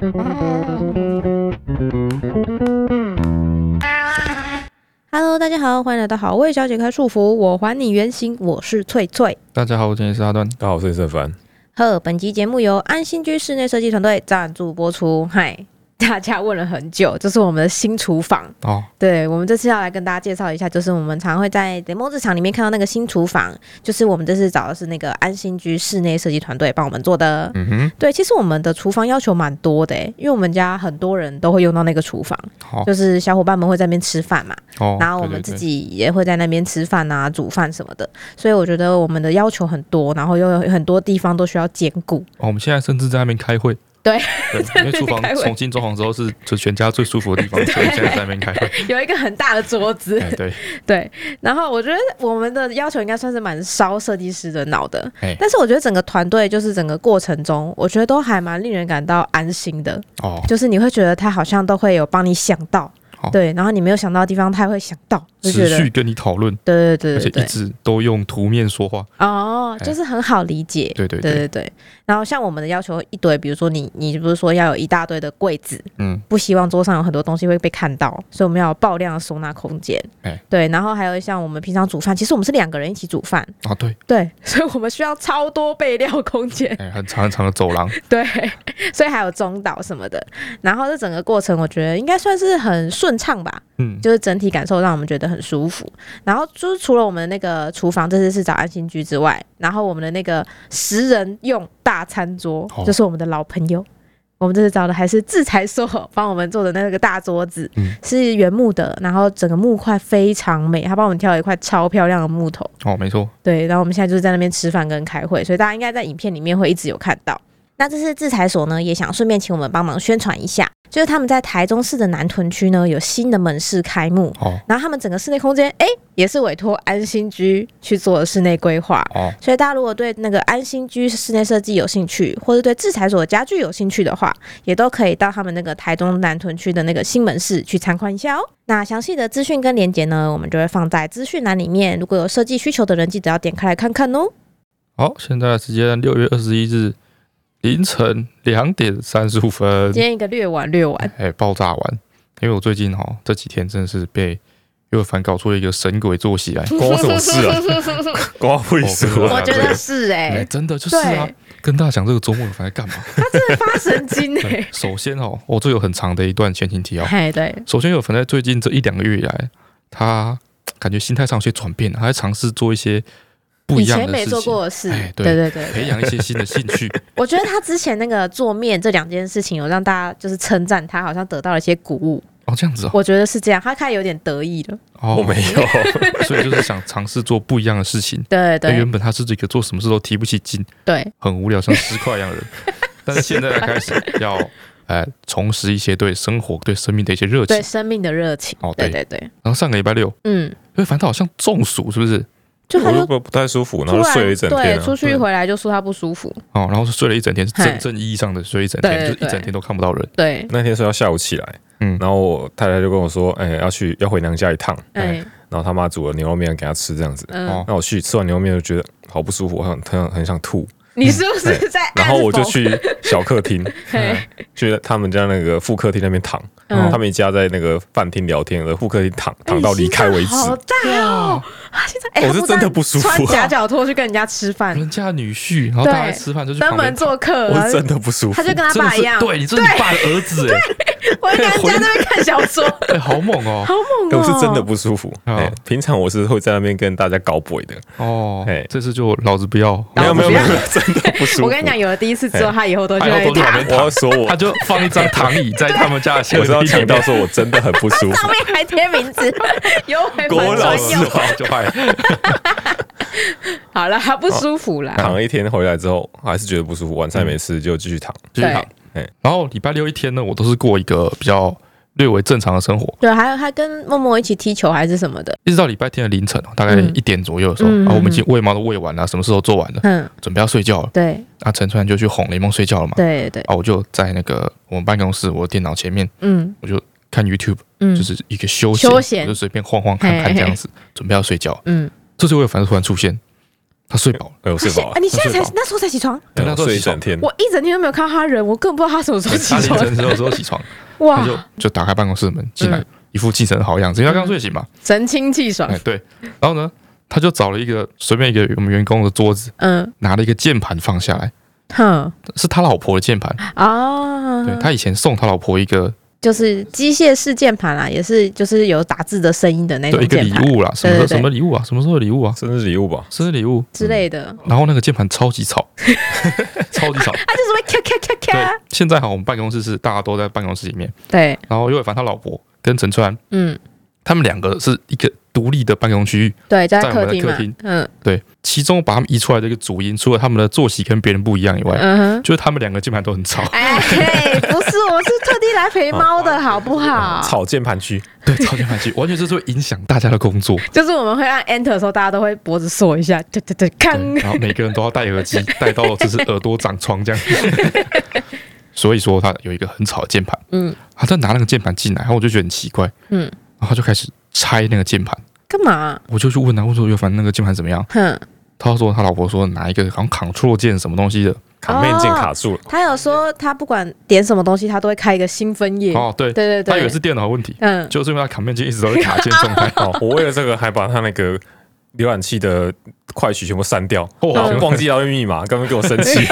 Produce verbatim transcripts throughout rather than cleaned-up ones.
Hello， 大家好，欢迎来到好味小姐开束缚，我还你原形，我是翠翠。 大家好，我今天是阿端。 大家好，我是盛凡。 呵，本集节目由安心居室内设计团队赞助播出。嗨，大家问了很久，这是我们的新厨房哦。对，我们这次要来跟大家介绍一下，就是我们常会在 demo 日常里面看到那个新厨房，就是我们这次找的是那个安心居室内设计团队帮我们做的。嗯哼，对，其实我们的厨房要求蛮多的，因为我们家很多人都会用到那个厨房，就是小伙伴们会在那边吃饭嘛，哦，然后我们自己也会在那边吃饭啊、煮饭什么的，所以我觉得我们的要求很多，然后又有很多地方都需要兼顾。 哦，我们现在甚至在那边开会。 对， 因为厨房重新装潢之后是就全家最舒服的地方，所以现在在那边开会。 有一个很大的桌子， 对对。然后我觉得我们的要求应该算是蛮烧设计师的脑的，但是我觉得整个团队就是整个过程中，我觉得都还蛮令人感到安心的。哦，就是你会觉得他好像都会有帮你想到。对，然后你没有想到的地方，他会想到， 持续跟你讨论， 对对对， 而且一直都用图面说话， 哦，就是很好理解， 对对对对对。然后像我们的要求一堆，比如说你你不是说要有一大堆的柜子，嗯，不希望桌上有很多东西会被看到，所以我们要有爆量的收纳空间，对。然后还有像我们平常煮饭，其实我们是两个人一起煮饭啊，对对，所以我们需要超多备料空间， 很长很长的走廊， 对，所以还有中岛什么的。然后这整个过程，我觉得应该算是很顺畅吧。嗯，就是整体感受让我们觉得很舒服。然后就是除了我们那个厨房这次是找安心居之外，然后我们的那个十人用大餐桌，哦，就是我们的老朋友，我们这次找的还是制裁所帮我们做的那个大桌子，嗯，是原木的，然后整个木块非常美，他帮我们挑了一块超漂亮的木头。 哦，没错。 对，然后我们现在就是在那边吃饭跟开会，所以大家应该在影片里面会一直有看到。那这次制裁所呢，也想顺便请我们帮忙宣传一下，就是他们在台中市的南屯区呢有新的门市开幕，哦，然后他们整个室内空间，哎，也是委托安心居去做的室内规划，哦，所以大家如果对那个安心居室内设计有兴趣，或者对制裁所的家具有兴趣的话，也都可以到他们那个台中南屯区的那个新门市去参观一下哦。那详细的资讯跟连结呢，我们就会放在资讯栏里面，如果有设计需求的人，记得要点开来看看哦。 好，现在的时间六月二十一日。凌晨两点三十五分， 今天一个略晚略晚， 哎、欸，爆炸完。因为我最近哈这几天真的是被又凡搞出了一个神鬼作息来， 关我什么事啊？关我屁事！ 我觉得是哎、欸欸，真的就是啊。跟大家讲这个周末有凡在干嘛？ 他真的发神经哎、欸。 首先哦，我这有很长的一段前情提要。 哎，对。 首先有凡在最近这一两个月以来，他感觉心态上有些转变，他在尝试做一些。不一样的事情， 以前没做过的事， 哎， 对对 对, 对， 培养一些新的兴趣。 我觉得他之前那个做面这两件事情，有让大家就是称赞他，好像得到了一些鼓舞。 哦，这样子哦， 我觉得是这样，他开始有点得意了。 哦，我没有，所以就是想尝试做不一样的事情。 对 对, 对， 原本他是一个做什么事都提不起劲，对，很无聊，像尸块一样的人。但是现在开始要呃重拾一些对生活、对生命的一些热情， 对生命的热情。哦，对对对。 然后上个礼拜六，嗯，因为反正好像中暑，是不是？ 就他就不太舒服，然后睡了一整天、啊。 对，出去回来就说他不舒服。 哦，然后睡了一整天，是真正意义上的睡一整天，就是一整天都看不到人。 对， 那天睡到下午起来，嗯，然后我太太就跟我说，哎、欸，要去要回娘家一趟，哎、欸，然后他妈煮了牛肉面给他吃，这样子。嗯，那我去吃完牛肉面就觉得好不舒服，我很很很想吐。 你是不是在、嗯？ 然后我就去小客厅，去他们家那个副客厅那边躺。嗯、他们一家在那个饭厅聊天，而副客厅躺躺到离开为止。 好大哦！啊，现在、 欸、我是真的不舒服、啊， 穿夹脚拖去跟人家吃饭， 人家女婿，然后大家吃饭就去登门做客， 我是真的不舒服。 他就跟他爸一样， 对，你这是你爸的儿子哎。 我在人家那边看小说， 对，好猛哦， 好猛哦！ 我是真的不舒服。欸、平常我是会在那边跟大家搞鬼的哦。哎、欸，这次就老子不要， 没有没有没有，真的不舒服。 我跟你讲，有了第一次之后，他以后都去那边躺。 我要说我， 他就放一张躺椅在他们家的前面， 我是要强调说我真的很不舒服， 上面还贴名字，有回国老师就坏了。 好了，他不舒服啦。 躺了一天回来之后，还是觉得不舒服，晚餐没吃就继续躺， 继续躺。然后礼拜六一天呢，我都是过一个比较略微正常的生活。 对，还有还跟默默一起踢球还是什么的， 一直到礼拜天的凌晨，大概一点左右的时候，嗯、然后我们已经喂猫都喂完了，什么事都做完了，嗯，准备要睡觉了。 对， 那陈川就去哄雷梦睡觉了嘛。 对对。 啊，我就在那个我们办公室我的电脑前面，嗯，我就看 YouTube，嗯，就是一个休闲，休闲我就随便晃晃看看这样子，嘿嘿准备要睡觉。嗯，这时候我有反正突然出现。 他睡饱了， 哎，我睡饱了。 你现在才那时候才起床？ 对，那时候睡一整天。 我一整天都没有看到他人，我更不知道他什么时候起床。 他凌晨的时候起床，哇，他就就打开办公室的门进来，一副精神好样子，因为他刚睡醒嘛， 神清气爽。 哎，对，然后呢，他就找了一个随便一个我们员工的桌子，嗯，拿了一个键盘放下来，哼，是他老婆的键盘啊。对，他以前送他老婆一个。 就是机械式键盘啦，也是就是有打字的声音的那种键盘， 一个礼物啦，什么什么礼物啊？什么时候的礼物啊？ 生日礼物吧， 生日礼物之类的。 然后那个键盘超级吵，超级吵， 它就是会咔咔咔咔。 对，现在好，我们办公室是大家都在办公室里面， 对。 然后尤伟凡他老婆跟陈川，嗯，他们两个是一个独立的办公区域， 对，在客厅嘛，嗯，对。其中把他们移出来的一个主因，除了他们的作息跟别人不一样以外，嗯，就是他们两个键盘都很吵。 哎，不是，我是特地来陪猫的，好不好？ 吵键盘区， 对，吵键盘区，完全就是会影响大家的工作。 就是我们会按 Enter 的时候，大家都会脖子缩一下，对对对，看， 然后每个人都要戴耳机，戴到就是耳朵长疮这样。所以说他有一个很吵的键盘，嗯，他在拿那个键盘进来，然后我就觉得很奇怪，嗯，然后他就开始拆那个键盘。 干嘛？ 我就去问他，问说尤凡那个键盘怎么样？哼，他说他老婆说拿一个好像 Ctrl 键什么东西的 ，Command 键卡住了。 他有说他不管点什么东西，他都会开一个新分页。 哦，对对对对， 他以为是电脑的问题，嗯，就是因为他 Command 键一直都是卡键状态。 哦，我为了这个还把他那个浏览器的快取全部删掉，然后忘记要用密码，根本给我生气。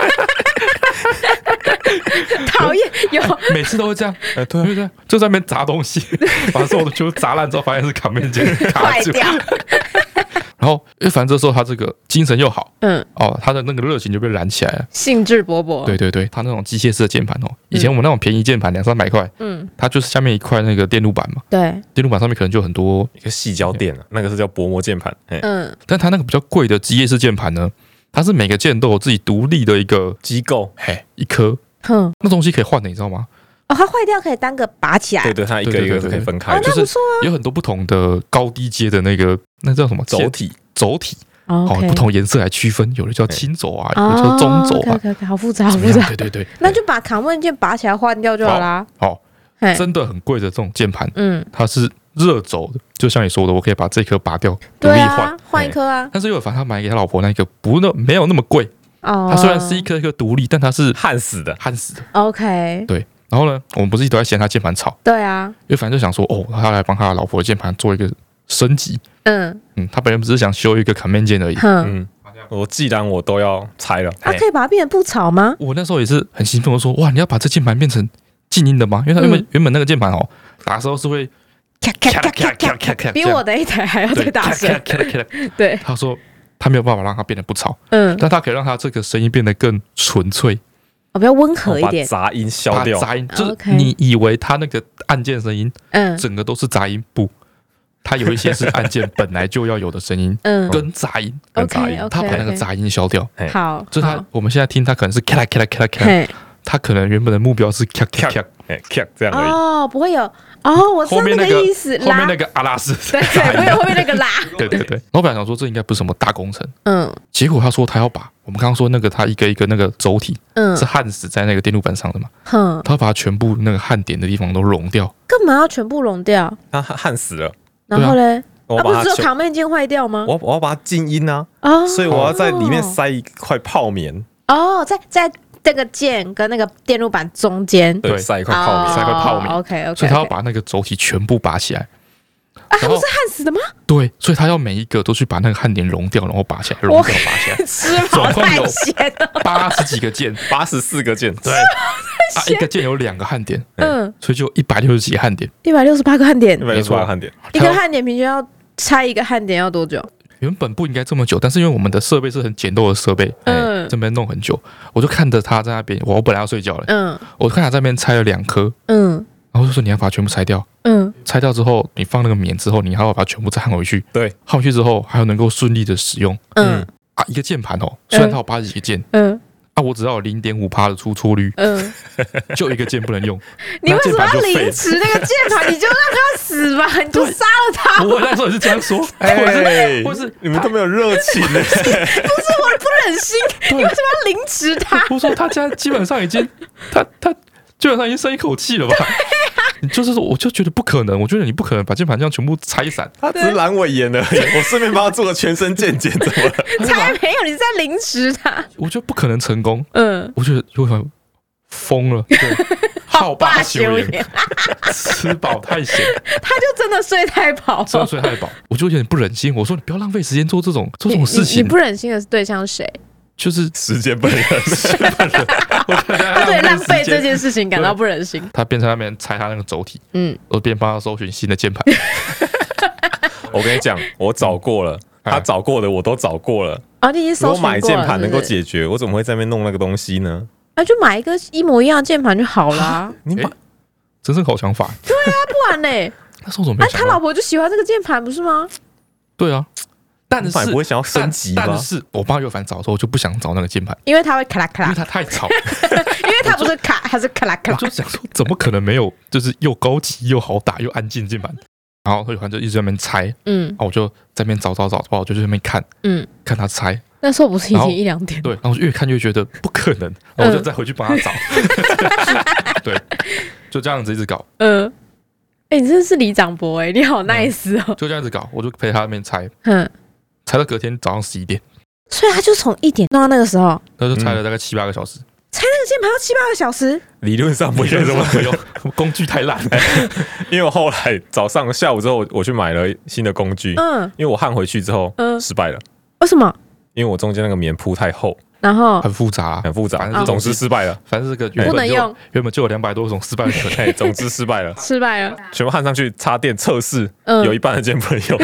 讨厌，有每次都会这样，哎，对，对，就在那边砸东西，把所有的全部砸烂之后，发现是卡面键卡住。然后，因为反正这时候他这个精神又好，嗯，哦，他的那个热情就被燃起来了， 兴致勃勃。 对对对，他那种机械式的键盘哦，以前我们那种便宜键盘两三百块，嗯，它就是下面一块那个电路板嘛， 对， 电路板上面可能就很多一个细胶垫啊，那个是叫薄膜键盘， 嗯，但它那个比较贵的机械式键盘呢，它是每个键都有自己独立的一个机构， 嘿，一颗。哼，那东西可以换的，你知道吗？ 哦，它坏掉可以单个拔起来。 对对，它一个一个都可以分开， 就是有很多不同的高低阶的那个，那叫什么轴体？ 轴体，好，不同颜色来区分，有的叫轻轴啊，有的叫中轴啊， 好复杂，好复杂。 对对对， 那就把Command键拔起来换掉就好啦。 好，真的很贵的这种键盘，嗯，它是热轴的，就像你说的，我可以把这颗拔掉，独立换， 换一颗啊。 但是又有反正他买给他老婆那个不那没有那么贵。哦，它虽然是一颗一颗独立，但它是焊死的， 焊死的。 OK， 对。然后呢，我们不是一直在嫌他键盘吵？ 对啊， 因为反正就想说，哦，他要来帮他老婆的键盘做一个升级。嗯嗯，他本人只是想修一个 Command 键而已。嗯， 我既然我都要拆了， 啊，可以把它变成不吵吗？ 我那时候也是很兴奋，我说，哇，你要把这键盘变成静音的吗？因为它原本原本那个键盘哦，打的时候是会咔咔咔咔咔咔咔，比我的一台还要再大声。对， 他说。他没有办法让它变得不吵，嗯，但他可以让它这个声音变得更纯粹， 哦，比较温和一点， 把杂音消掉， 杂音就是你以为它那个按键声音，嗯，整个都是杂音，不，它有一些是按键本来就要有的声音，嗯，跟杂音， 跟杂音， 他把那个杂音消掉， 好， 就是他我们现在听他可能是咔啦咔啦咔啦咔啦，他可能原本的目标是咔咔咔， 哎咔这样而已， 哦，不会有。哦，我知道那个意思， 后面那个阿拉斯， 对对，没有后面那个拉， 对对对。老板想说这应该不是什么大工程，嗯，结果他说他要把我们刚刚说那个他一个一个那个轴体，嗯，是焊死在那个电路板上的嘛，哼，他把它全部那个焊点的地方都融掉， 干嘛要全部融掉？ 他焊死了， 然后嘞，啊，不是只有Command键坏掉吗？ 我我要把它静音啊，哦，所以我要在里面塞一块泡棉， 哦，在在。这个键跟那个电路板中间， 对，塞一块泡棉， 塞一块泡棉 ，OK OK， 所以他要把那个轴体全部拔起来。 啊，他不是焊死的吗？ 对，所以他要每一个都去把那个焊点融掉，然后拔起来，融掉拔起来。总共有八十几个键， 八十四个键，对， 啊，一个键有两个焊点，嗯，所以就一百六十几个焊点， 一百六十八个焊点， 一百六十八个焊点， 一个焊点平均要拆一个焊点要多久？ 原本不应该这么久，但是因为我们的设备是很简陋的设备，嗯，这边弄很久，我就看着他在那边，我本来要睡觉了，嗯，我看他在那边拆了两颗，嗯，然后就说你要把它全部拆掉，嗯，拆掉之后你放那个棉之后，你还要把它全部再焊回去， 对， 焊回去之后还要能够顺利的使用，嗯，啊，一个键盘哦，虽然它有八十几个键，嗯。啊，我只要有零点五趴的出错率，嗯，就一个键不能用。 你为什么要凌迟那个键盘？你就让它死吧，你就杀了它。 我那时候也是这样说， 哎，或是你们都没有热情呢？不是， 我不忍心，你为什么要凌迟它？ 我说他现在基本上已经，他他基本上已经剩一口气了吧？ 就是说，我就觉得不可能，我觉得你不可能把键盘这样全部拆散。 他只是阑尾炎而已，我顺便帮他做个全身健检，怎么了？ 才没有，你是在凌迟他。 我觉得不可能成功。嗯，我觉得有点疯了。好霸修养，吃饱太闲， 他就真的睡太饱， 真的睡太饱，我就有点不忍心。我说你不要浪费时间做这种做这种事情。 你不忍心的是对象是谁？ 就是时间本人。 他对浪费这件事情感到不忍心。 他边在那边拆他那个轴体，嗯，我边帮他搜寻新的键盘。 我跟你讲，我找过了，他找过的我都找过了。 啊，你已经搜寻过了。 如果买键盘能够解决，我怎么会在那边弄那个东西呢？ 那就买一个一模一样的键盘就好啦。 你买， 真是好想法。 对啊，不然嘞， 那时候怎么没想到？ 他老婆就喜欢这个键盘，不是吗？ 对啊。但是不会想要升级吗？ 但是我帮尤凡找的时候，我就不想找那个键盘， 因为它会咔啦咔啦， 因为它太吵， 因为它不是卡，它是咔啦咔啦。 我就想说，怎么可能没有，就是又高级又好打又安静的键盘？然后尤凡就一直在那边拆，嗯，然后我就在那边找找找，我就在那边看，嗯，看他拆。 那时候不是已经一两点？ 对，然后越看越觉得不可能，然后我就再回去帮他找，对，就这样子一直搞，嗯。 哎，你真的是李长博哎，你好 nice 哦！ 就这样子搞，我就陪他那边拆，嗯。拆到隔天早上十一点， 所以他就从一点弄到那个时候， 他就拆了大概七八个小时。 拆那个键盘要七八个小时， 理论上不应该这么用， 工具太烂。 因为我后来早上下午之后，我去买了新的工具，嗯，因为我焊回去之后，嗯，失败了。 为什么？ 因为我中间那个棉铺太厚， 然后很复杂， 很复杂，反正总之失败了。 反正这个原本就原本就有两百多种失败的可能， 总之失败了， 失败了， 全部焊上去插电测试，有一半的键不能用。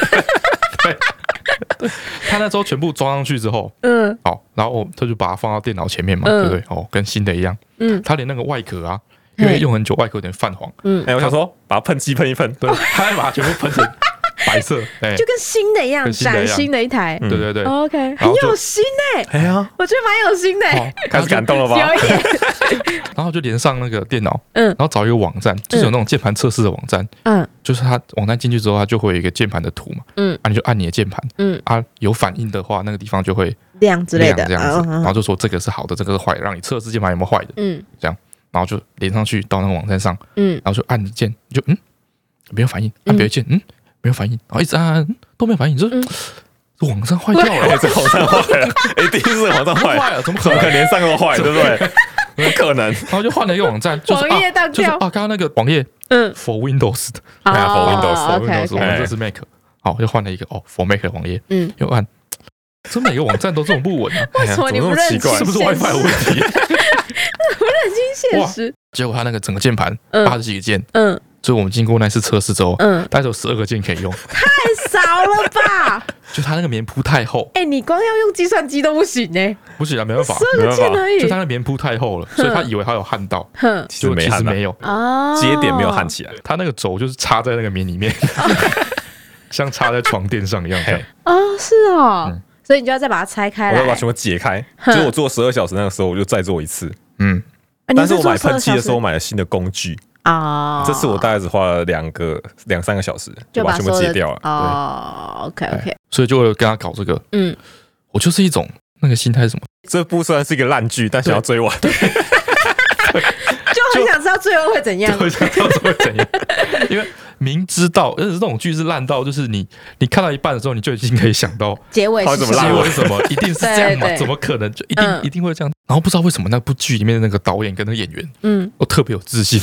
他那时候全部装上去之后，嗯，好，然后他就把它放到电脑前面嘛，对不对？哦，跟新的一样，嗯，他连那个外壳啊，因为用很久，外壳有点泛黄，嗯， 哎，我想说把它喷漆喷一喷， 对，他还把它全部喷成白色， 哎，就跟新的一样，崭新的一台， 对对对 ，OK，很有心哎， 哎呀， 我觉得蛮有心的， 开始感动了吧？ 有一点， 然后就连上那个电脑，嗯，然后找一个网站，就是有那种键盘测试的网站，嗯，就是他网站进去之后，他就会有一个键盘的图嘛，嗯，啊，你就按你的键盘，嗯，啊，有反应的话，那个地方就会亮之类的， 这样子，然后就说这个是好的，这个是坏的，让你测试键盘有没有坏的，嗯，这样，然后就连上去到那个网站上，嗯，然后就按键，就嗯，没有反应，按别的键，嗯。没有反应，然后一直按按都没有反应，就是网站坏掉了， 这网站坏了，一定是网站坏了，怎么可能连上都坏，对不对？不可能， 然后就换了一个网站，就是网页当就是啊，刚刚那个网页，嗯 ，for Windows 的， 啊 ，for Windows，for Windows，我们这是 Mac，好，又换了一个哦 ，for Mac 的网页，嗯，又按，这每个网站都这种不稳啊， 为什么你不认清？ 是不是 WiFi 有问题？ 不认清现实， 结果他那个整个键盘八十几个键，嗯。所以我们经过那次测试之后，嗯，大概有十二个键可以用， 太少了吧？ 就它那个棉铺太厚， 哎，你光要用计算机都不行哎， 不行啊，没办法， 十二个键而已， 就它那棉铺太厚了，所以他以为他有焊到， 其实没焊， 没有啊，接点没有焊起来， 他那个轴就是插在那个棉里面，像插在床垫上一样。 哦，是哦，所以你就要再把它拆开来， 我要把全部解开。就我做十二小时那个时候，我就再做一次，嗯，但是我买喷漆的时候，我买了新的工具。啊！这次我大概只花了两个两三个小时就把全部解掉了。 哦 ，OK OK， 所以就跟他搞这个。嗯，我就是一种那个心态是什么？ 这部虽然是一个烂剧，但想要追完， 就很想知道最后会怎样。 就很想知道最后会怎样，因为明知道，而且这种剧是烂到，就是你你看到一半的时候，你就已经可以想到结尾是什么，结尾是什么，一定是这样嘛？怎么可能就一定一定会这样？然后不知道为什么那部剧里面的那个导演跟那个演员，嗯，都特别有自信，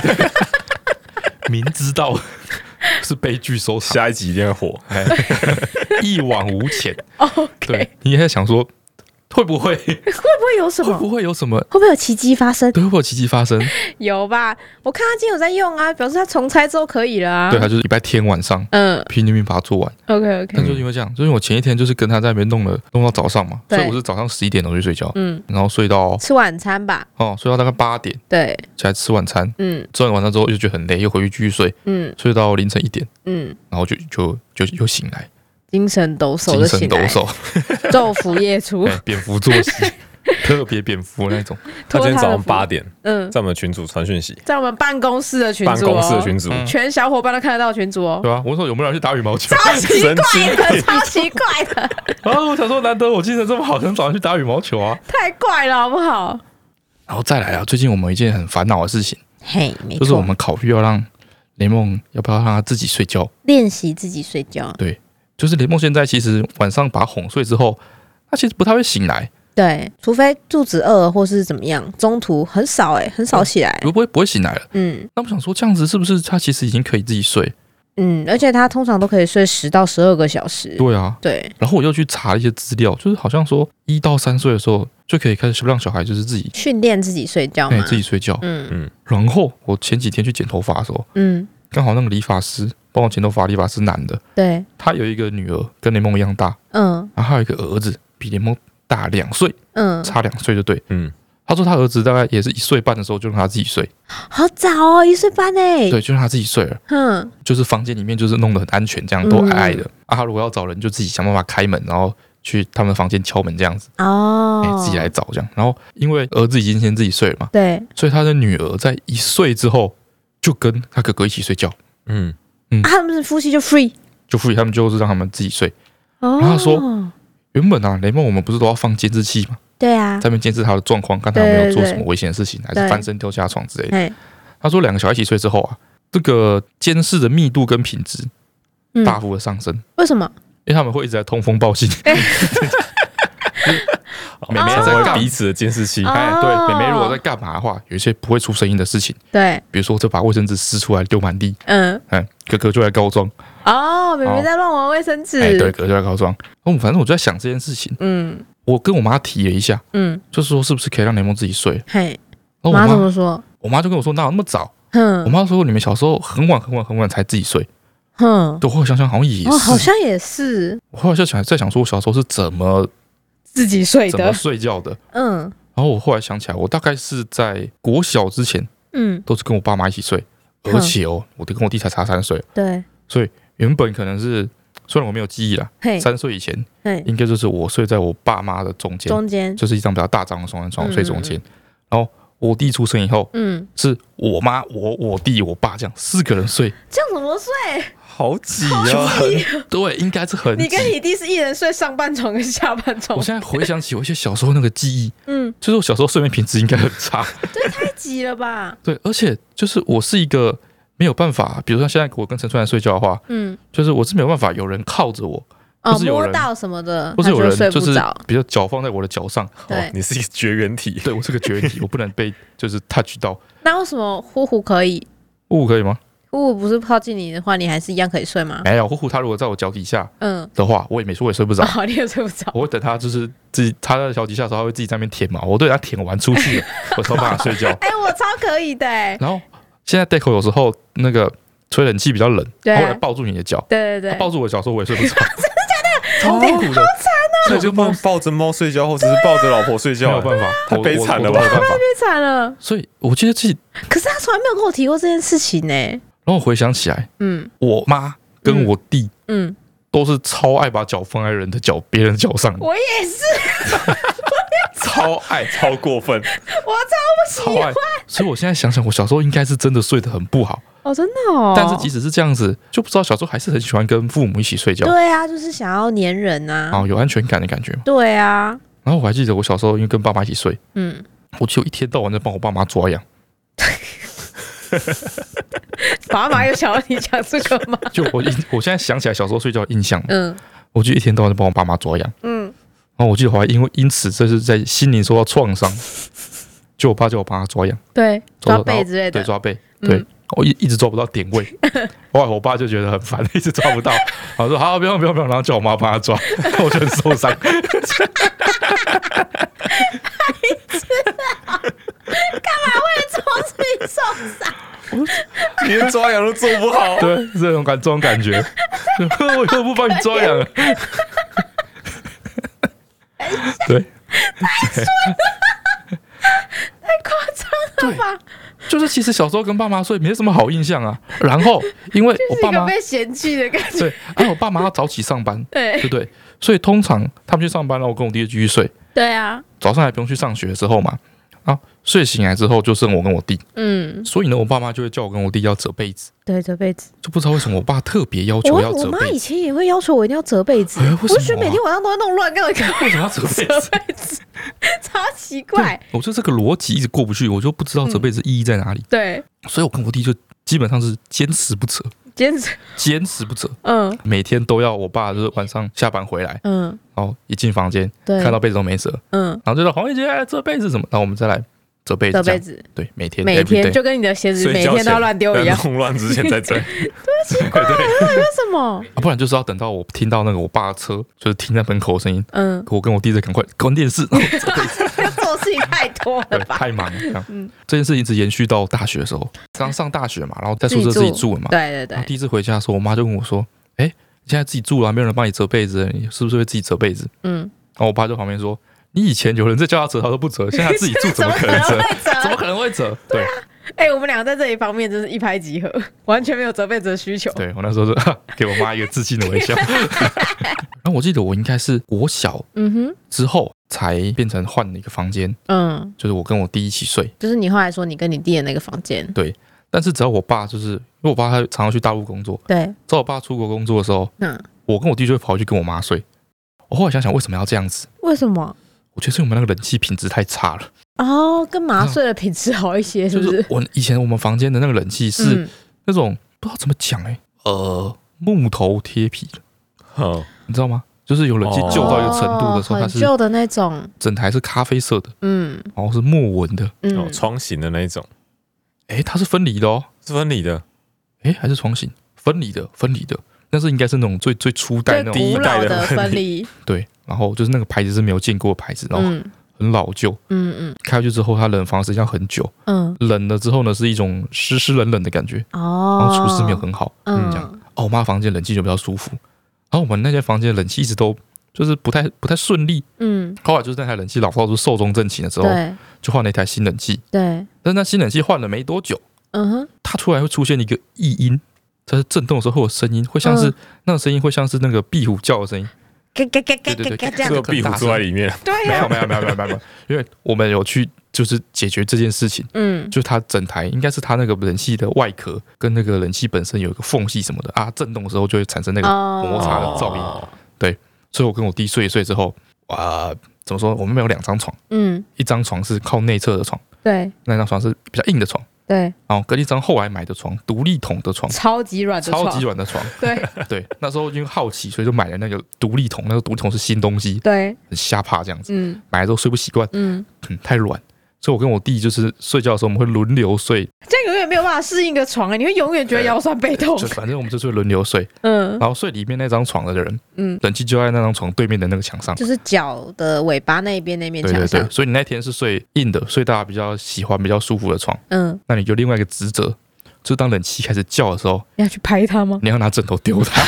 明知道是悲剧收场， 下一集一定会火， 一往无前。 OK， 对，你也在想说。会不会？会不会有什么？ 会不会有什么？ 会不会有奇迹发生？ 对，会不会有奇迹发生？ 有吧？我看他今天有在用啊，表示他重拆之后可以了啊。 对，他就是礼拜天晚上，嗯，拼命命把它做完。 OK OK。 但就是因为这样，就是我前一天就是跟他在那边弄了，弄到早上嘛，所以我是早上十一点钟去睡觉，嗯，然后睡到吃晚餐吧， 哦，睡到大概八点， 对， 起来吃晚餐，嗯，吃完晚餐之后又觉得很累，又回去继续睡，嗯，睡到凌晨一点，嗯，然后就就就又醒来。精神抖擞的醒来， 精神抖擞， 昼伏夜出， 蝙蝠作息，特别蝙蝠那种。 他今天早上八点，嗯，在我们群组传讯息， 在我们办公室的群组， 办公室的群组， 全小伙伴都看得到群组哦。 对啊，我说有没有人去打羽毛球？ 超奇怪的，超奇怪的。 啊，我想说，难得我精神这么好，想早上去打羽毛球啊， 太怪了，好不好？ 然后再来啊，最近我们一件很烦恼的事情， 嘿，没错， 就是我们考虑要让雷梦要不要让他自己睡觉， 练习自己睡觉。 对，就是雷梦现在其实晚上把他哄睡之后，他其实不太会醒来。 对，除非肚子饿或是怎么样，中途很少哎、欸，很少起来， 不会不会醒来了。 嗯， 那我想说，这样子是不是他其实已经可以自己睡？ 嗯，而且他通常都可以睡十到十二个小时。 对啊， 对。 然后我又去查一些资料，就是好像说一到三岁的时候就可以开始让小孩就是自己训练自己睡觉嘛， 自己睡觉。 嗯嗯。然后我前几天去剪头发的时候， 嗯， 刚好那个理发师帮我剪头发，理发师男的， 对， 他有一个女儿跟雷梦一样大，嗯，然后还有一个儿子比雷梦大两岁，嗯，差两岁就对，嗯。他说他儿子大概也是一岁半的时候就让他自己睡， 好早哦，一岁半哎， 对，就让他自己睡了，嗯，就是房间里面就是弄得很安全，这样都矮矮的、嗯、啊。他如果要找人，就自己想办法开门，然后去他们房间敲门这样子，哦、欸，自己来找这样。然后因为儿子已经先自己睡了嘛， 对， 所以他的女儿在一岁之后就跟他哥哥一起睡觉，嗯嗯、啊，他们是夫妻就 free， 就 free， 他们就是让他们自己睡。哦、然后他说，原本啊，雷梦我们不是都要放监视器吗？ 对啊， 在那边监视他的状况，看他有没有做什么危险的事情，还是翻身跳下床之类的。他说两个小孩一起睡之后啊，这个监视的密度跟品质大幅的上升、嗯。 为什么？ 因为他们会一直在通风报信。 妹妹在干彼此的监视器， 哎，对，妹妹如果在干嘛的话，有一些不会出声音的事情， 对， 比如说就把卫生纸撕出来丢满地，嗯，嗯，哥哥就来告状。 哦，妹妹在乱玩卫生纸， 哎，对，哥哥就来告状。哦，反正我就在想这件事情，嗯。我跟我妈提了一下，嗯，就是说是不是可以让雷梦自己睡？ 嘿，我妈怎么说？ 我妈就跟我说哪有那么早？哼，我妈说你们小时候很晚很晚很晚才自己睡。哼，对，我想想好像也是， 哦，好像也是。 我后来就想在想说，我小时候是怎么自己睡的， 怎么睡觉的？嗯，然后我后来想起来，我大概是在国小之前，嗯，都是跟我爸妈一起睡，而且哦，我跟我弟才差三岁， 对， 所以原本可能是。虽然我没有记忆啦，三岁以前应该就是我睡在我爸妈的中间， 中间就是一张比较大张的双人床，我睡中间。然后我弟出生以后，嗯，是我妈、我、我弟、我爸这样四个人睡， 这样怎么睡？ 好挤啊！ 对，应该是很挤。 你跟你弟是一人睡上半床跟下半床。 我现在回想起我一些小时候那个记忆，嗯，就是我小时候睡眠品质应该很差， 对，太挤了吧？ 对，而且就是我是一个。没有办法，比如说现在我跟陈川睡觉的话，嗯，就是我是没有办法有人靠着我， 哦，摸到什么的， 或是有人就是比如脚放在我的脚上， 对，你是一个绝缘体， 对我是个绝缘体，我不能被就是 touch 到。 那为什么呼呼可以？ 呼呼可以吗？ 呼呼不是靠近你的话，你还是一样可以睡吗？ 没有，呼呼他如果在我脚底下，嗯的话，我也没说我也睡不着， 哦，你也睡不着。 我会等他就是自己他在脚底下的时候，他会自己在那边舔嘛，我对他舔完出去了，我才有办法睡觉。 哎，我超可以的。 然后现在 Deco 有时候那个。吹冷气比较冷，然后来抱住你的脚， 对对对， 抱住我的脚说我也睡不着， 真的假的？超痛苦的， 好惨哦！ 所以就抱抱着猫睡觉，或者是抱着老婆睡觉， 没有办法， 太悲惨了吧？ 太悲惨了。 所以我记得自己， 可是他从来没有跟我提过这件事情呢。然后我回想起来，嗯，我妈跟我弟，嗯，都是超爱把脚放在人的脚、别人脚上。 我也是。 超爱，超过分， 我超不喜欢。 所以我现在想想，我小时候应该是真的睡得很不好哦，真的哦。 但是即使是这样子，就不知道小时候还是很喜欢跟父母一起睡觉。 对啊，就是想要黏人啊， 哦，有安全感的感觉。 对啊。 然后我还记得我小时候因为跟爸妈一起睡，嗯，我就一天到晚在帮我爸妈抓痒。 爸妈有想要你讲这个吗？ 就我我现在想起来小时候睡觉的印象，嗯，我就一天到晚在帮我爸妈抓痒，嗯。然后我记得我还因为因此这是在心灵受到创伤，就我爸叫我帮他抓痒， 对，抓背之类的， 对，抓背，对、嗯、我一一直抓不到点位，后来我爸就觉得很烦，一直抓不到，然后说好不用不用不用，然后叫我妈帮他抓，我就很受伤。 干嘛为了抓自己受伤？ 你连抓痒都做不好， 对，是这种感这种感觉，我以后不帮你抓痒了。对， 太顺了，太夸张了吧？ 就是其实小时候跟爸妈睡没什么好印象啊。然后因为我爸妈被嫌弃的感觉， 对，然后我爸妈要早起上班，对，对不对？所以通常他们去上班，然后我跟我弟就继续睡。 对啊， 早上还不用去上学的时候嘛，啊，睡醒来之后就剩我跟我弟，嗯，所以呢，我爸妈就会叫我跟我弟要折被子。 对，折被子， 就不知道为什么我爸特别要求要折被子。 我妈以前也会要求我一定要折被子， 欸、 我就觉得每天晚上都会弄乱，干嘛为什么要折被子？ 被子超奇怪。 我就这个逻辑一直过不去，我就不知道折被子意义在哪里。 嗯、对， 所以我跟我弟就基本上是坚持不折， 坚持坚持不折，嗯，每天都要我爸就是晚上下班回来，嗯，然后一进房间看到被子都没折，嗯，然后就说黄玉杰折被子什么，然后我我们再来折被子，折被子，对，每天每天就跟你的鞋子每天都要乱丢一样， 弄乱之前再折， 对，奇怪，为什么？ 啊，不然就是要等到我听到那个我爸的车就是停在门口的声音，嗯，我跟我弟再赶快关电视，然后折被子。 做事情太多了吧， 太忙了。这样，嗯，这件事情一直延续到大学的时候，刚上大学嘛，然后在宿舍自己住了嘛， 对对对。 第一次回家的时候，我妈就问我说：“哎，你现在自己住了，没有人帮你折被子，你是不是会自己折被子？”嗯，然后我爸就旁边说：“你以前有人在叫他折，他都不折，现在自己住怎么可能折？怎么可能会折？对。” 哎、欸，我们两个在这一方面真是一拍即合，完全没有折被子的需求。 对，我那时候就给我妈一个自信的微笑。然后我记得我应该是国小之后才变成换了一个房间，嗯，就是我跟我弟一起睡。 就是你后来说你跟你弟的那个房间。 对，但是只要我爸就是因为我爸他常常去大陆工作， 对， 在我爸出国工作的时候，嗯，我跟我弟就会跑去跟我妈睡。我后来想想为什么要这样子？ 为什么？ 我觉得是我们那个冷气品质太差了。 哦，跟麻睡的品质好一些，是不是？ 就是我以前我们房间的那个冷气是那种、嗯、不知道怎么讲哎、欸，呃，木头贴皮的，哦、你知道吗？就是有冷气旧到一个程度的时候， 哦、 它是旧的那种， 整台是咖啡色的，嗯，然后是木纹的， 嗯，哦、窗型的那一种。 哎、欸，它是分离的哦， 是分离的， 哎、欸，还是窗型分离的，分离的。但是应该是那种最最初代那种第一代的分离， 对，然后就是那个牌子是没有见过的牌子，然后很老旧，嗯嗯，开回去之后它冷房时间很久，嗯，冷了之后呢是一种湿湿冷冷的感觉，哦，然后除湿没有很好，嗯，这样，哦，我妈房间冷气就比较舒服，然后我们那间房间冷气一直都就是不太不太顺利，嗯，后来就是那台冷气老到是寿终正寝的时候，就换了一台新冷气， 对， 但是那新冷气换了没多久，嗯哼，它突然会出现一个异音。它是震动的时候会有声音，会像是、嗯、那个声音会像是那个壁虎叫的声音， 对对对， 这个壁虎坐在里面， 对、 啊，没有没有没有没有没有，因为我们有去就是解决这件事情，嗯，就是它整台应该是它那个冷气的外壳跟那个冷气本身有一个缝隙什么的啊，震动的时候就会产生那个摩擦的噪音，哦、对，所以我跟我弟睡一睡之后，啊、呃，怎么说？我们有两张床，嗯，一张床是靠内侧的床， 对， 那张床是比较硬的床。 对， 然后跟一张后来买的床，独立筒的床， 超级软的床， 超级软的床。 对对，那时候因为好奇，所以就买了那个独立筒。那个独立筒是新东西， 对， 很瞎怕这样子。嗯，买了之后睡不习惯，嗯，嗯，太软，所以我跟我弟就是睡觉的时候，我们会轮流睡。 这样永远没有办法适应一个床哎、欸，你会永远觉得腰酸背痛。 就反正我们就是会轮流睡，嗯，然后睡里面那张床的人，嗯，冷气就在那张床对面的那个墙上， 就是脚的尾巴那边那面墙上。对对对， 所以你那天是睡硬的，睡大家比较喜欢、比较舒服的床，嗯，那你就另外一个职责，就是当冷气开始叫的时候， 你要去拍它吗？ 你要拿枕头丢它。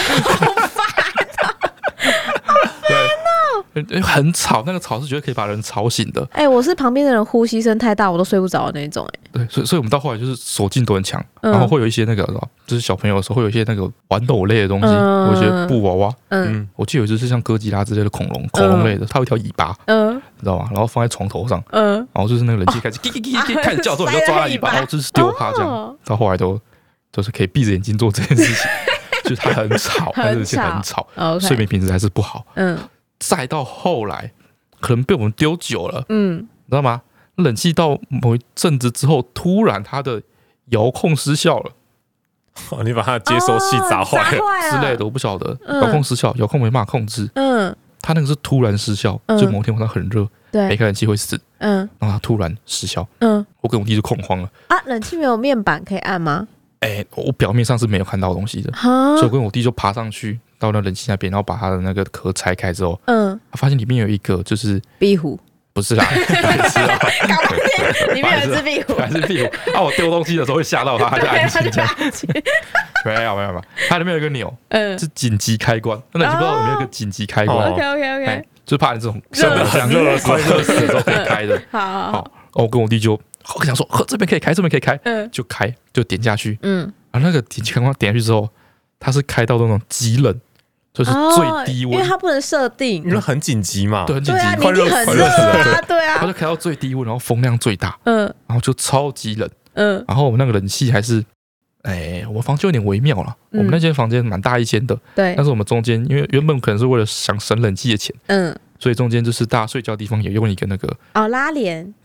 很吵，那个吵是觉得可以把人吵醒的。 哎、欸，我是旁边的人呼吸声太大，我都睡不着的那种、欸。哎， 对，所以所以我们到后来就是锁进都很强，嗯、然后会有一些那个，就是小朋友的时候会有一些那个玩偶类的东西，嗯、有一些布娃娃。嗯，我记得有一只是像哥吉拉之类的恐龙，恐龙类的，它有一条尾巴，嗯，你知道吗？然后放在床头上，嗯，然后就是那个冷气开始叽叽叽叽开始叫之后，你就抓它尾巴，然后就是丢它这样。哦、到后来都都是可以闭着眼睛做这件事情，就是它很吵，但是很吵，睡眠品质还是不好。嗯，再到后来。可能被我们丢久了，嗯，你知道吗？冷气到某一阵子之后，突然它的遥控失效了。 哦，你把它的接收器砸坏了、 哦、 之类的，我不晓得。嗯、遥控失效，遥控没办法控制。嗯，它那个是突然失效，嗯、就某天晚上很热，对，没开冷气会死。嗯，然后它突然失效。嗯，我跟我弟就恐慌了。 啊，冷气没有面板可以按吗？ 哎、欸，我表面上是没有看到东西的，所以我跟我弟就爬上去到那冷气那边，然后把它的那个壳拆开之后，嗯，发现里面有一个就是壁虎， 不是啦，不是啦， 搞半天里面有一只壁虎， 还是壁虎。啊，我丢东西的时候会吓到它，它就安静这样。没有没有没有，它里面有一个钮，嗯，是紧急开关。那你不知道有没有一个紧急开关 ？OK OK OK， 就是怕你这种热很热、快热死的时候可以开的。 好好好， 我跟我弟就。我想说，呵，这边可以开，这边可以开，嗯，就开，就点下去，嗯，然后那个点击开关点下去之后，它是开到那种极冷，就是最低温， 哦、因为它不能设定， 因为很紧急嘛， 对，很紧急， 快热死了，对啊， 它就开到最低温，然后风量最大，嗯，然后就超级冷，嗯，然后我们那个冷气还是，哎，我们房间有点微妙了，嗯、我们那间房间蛮大一间的， 对， 但是我们中间因为原本可能是为了想省冷气的钱，嗯，所以中间就是大家睡觉的地方也用一个那个哦拉帘。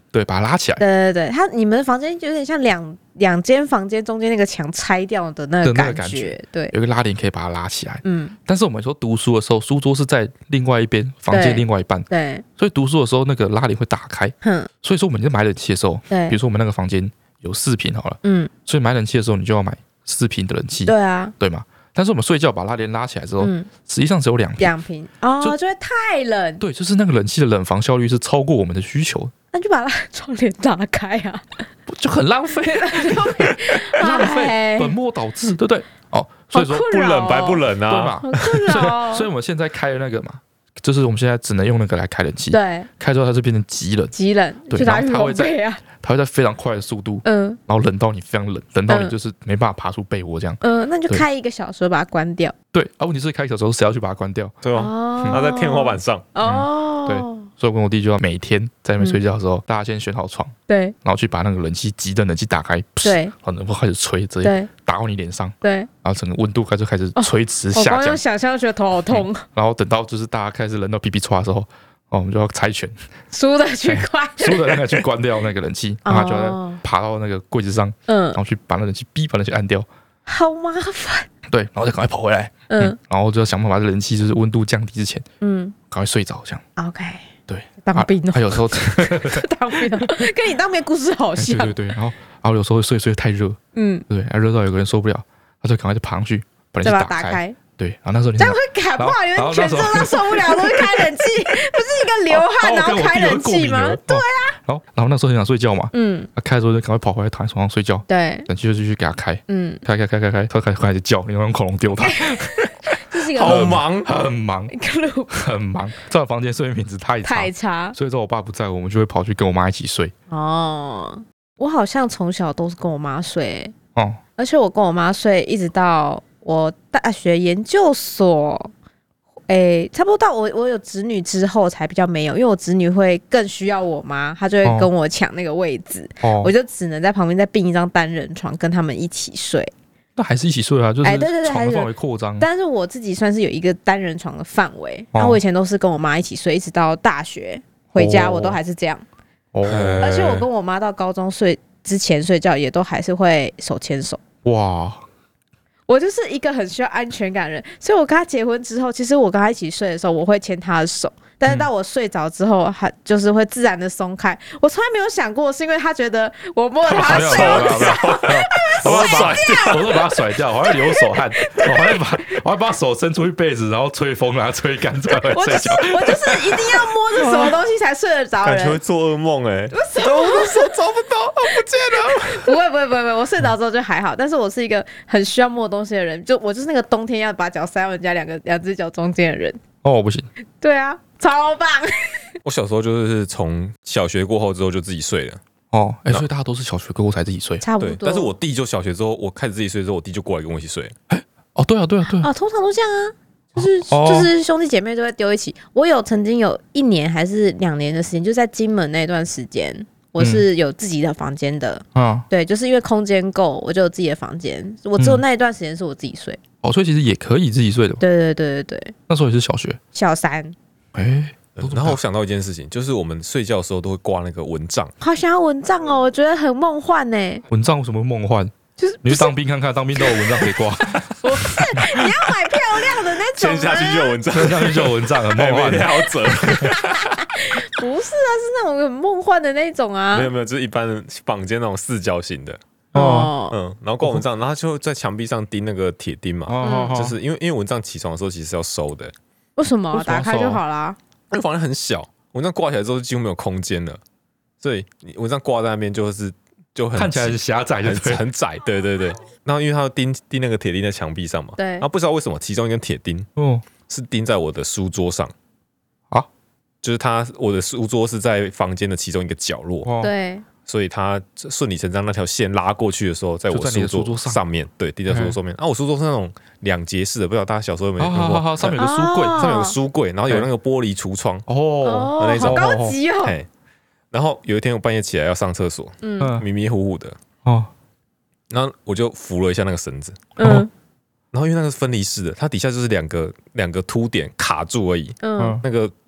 对，把它拉起来。 对对对，它你们的房间有点像两两间房间中间那个墙拆掉的那个感觉，感觉对， 有一个拉帘可以把它拉起来。嗯，但是我们说读书的时候，书桌是在另外一边，房间另外一半， 对， 所以读书的时候那个拉帘会打开。嗯，所以说我们在买冷气的时候，对，比如说我们那个房间有四坪好了，嗯，所以买冷气的时候你就要买四坪的冷气， 对啊， 对嘛？但是我们睡觉把拉帘拉起来之后，嗯、实际上只有两坪， 两坪哦，就会太冷。 对，就是那个冷气的冷房效率是超过我们的需求。 那就把窗帘打开啊， 就很浪费，浪费，本末倒置，对不对？哦，所以说不冷白不冷啊， 对嘛？ 好困扰。 所以我们现在开的那个嘛，就是我们现在只能用那个来开冷气， 对， 开之后它就变成极冷， 极冷， 对，然后它会在它会在非常快的速度，嗯，然后冷到你非常冷，冷到你就是没办法爬出被窝这样， 嗯，那你就开一个小时把它关掉。 对，啊，问题是开一个小时谁要去把它关掉？ 对啊，它在天花板上， 哦， 对。所以我跟我弟就要每天在那边睡觉的时候，嗯、大家先选好床， 对， 然后去把那个冷气极的冷气打开， 对， 然后开始吹，直接打到你脸上， 对， 然后整个温度开始开始垂直下降。 我刚刚想象觉得头好痛、 嗯。然后等到就是大家开始冷到屁屁唰的时候，哦，我们就要猜拳， 输的去关， 输的那个去关掉那个冷气，然后他就要爬到那个柜子上，嗯，然后去把那冷气逼把冷气按掉， 好麻烦。 对，然后再赶快跑回来，嗯，嗯然后就要想办法把冷气就是温度降低之前，嗯，赶快睡着这样。 OK。 对， 当兵哦， 他有时候当兵，跟你当兵故事好像。 对对对，然后然后有时候睡睡太热，嗯，对，热到有个人受不了，他就赶快就爬上去把冷气打开。对，然后那时候你这样会感冒，你们全身都受不了，都会开冷气，不是一个流汗然后开冷气吗？对啊。 然后然后那时候很想睡觉嘛，嗯，他开的时候就赶快跑回来躺在床上睡觉， 对， 冷气就继续给他开，嗯，开开开开开，他开始开始叫，你用恐龙丢他。 好忙， 很忙，很忙。在我房间睡眠品质太差， 太差。 所以说我爸不在，我们就会跑去跟我妈一起睡。 哦，我好像从小都是跟我妈睡，哦，而且我跟我妈睡一直到我大学研究所，哎，差不多到我我有子女之后才比较没有，因为我子女会更需要我妈，她就会跟我抢那个位置，哦，我就只能在旁边再并一张单人床跟他们一起睡。 那还是一起睡啊，就是床的范围扩张。 但是我自己算是有一个单人床的范围，然后我以前都是跟我妈一起睡，一直到大学回家我都还是这样。哦，而且我跟我妈到高中睡之前睡觉也都还是会手牵手。哇，我就是一个很需要安全感的人，所以我跟她结婚之后，其实我跟她一起睡的时候，我会牵她的手。但是到我睡着之后，他就是会自然的松开。我从来没有想过，是因为他觉得我摸他的手， 我会甩掉，我会把他甩掉，我会流手汗，我会把我会把手伸出去被子，然后吹风，然后吹干再回睡觉。 我就是一定要摸着什么东西才睡得着人， 感觉会做噩梦哎！ 我的手找不到，不见了。 不会不会不会不会，我睡着之后就还好。但是我是一个很需要摸东西的人，就我就是那个冬天要把脚塞到人家两个两只脚中间的人。 哦，我不行。 对啊。超棒！ 我小时候就是从小学过后之后就自己睡了哦，哎、欸，所以大家都是小学过后才自己睡， 差不多。 但是我弟就小学之后，我开始自己睡之后，我弟就过来跟我一起睡。 哎，哦，对啊，对啊，对啊， 哦，通常都这样啊，就是、哦、就是兄弟姐妹就会丢一起。我有曾经有一年还是两年的时间，就在金门那段时间，我是有自己的房间的。嗯，对，就是因为空间够，我就有自己的房间。我只有那一段时间是我自己睡。嗯、 哦，所以其实也可以自己睡的。 对对对对对。 那时候也是小学， 小三。 哎、欸， 然后我想到一件事情，就是我们睡觉的时候都会挂那个蚊帐， 好想要蚊帐哦，我觉得很梦幻呢。 蚊帐有什么梦幻？就是你去当兵看看，当兵都有蚊帐可以挂。 不是，你要买漂亮的那种、啊， 签下去就有蚊帐， 签下去就有蚊帐，很梦幻， 好折。 不是啊，是那种很梦幻的那种啊。 没有没有，就是一般的坊间那种四角形的。哦，嗯，然后挂蚊帐，然后就在墙壁上钉那个铁钉嘛，嗯、就是因为因为蚊帐起床的时候其实是要收的。 为什么？打开就好啦。 那个房间很小，蚊帐挂起来之后几乎没有空间了，所以你蚊帐挂在那边就是就很看起来很狭窄， 很很窄。对对对。然后因为它钉钉那个铁钉在墙壁上嘛， 对。 然后不知道为什么其中一根铁钉，嗯，是钉在我的书桌上啊，就是它我的书桌是在房间的其中一个角落， 对。 所以它顺理成章，那条线拉过去的时候，在我书桌上面，对，钉在书桌上面。然后我书桌是那种两节式的，不知道大家小时候有没有用过？ 上面有个书柜， 上面有个书柜，然后有那个玻璃橱窗哦，那种好高级哦。 然后有一天我半夜起来要上厕所，嗯，迷迷糊糊的哦，然后我就扶了一下那个绳子，嗯，然后因为那个是分离式的，它底下就是两个两个凸点卡住而已，嗯，那个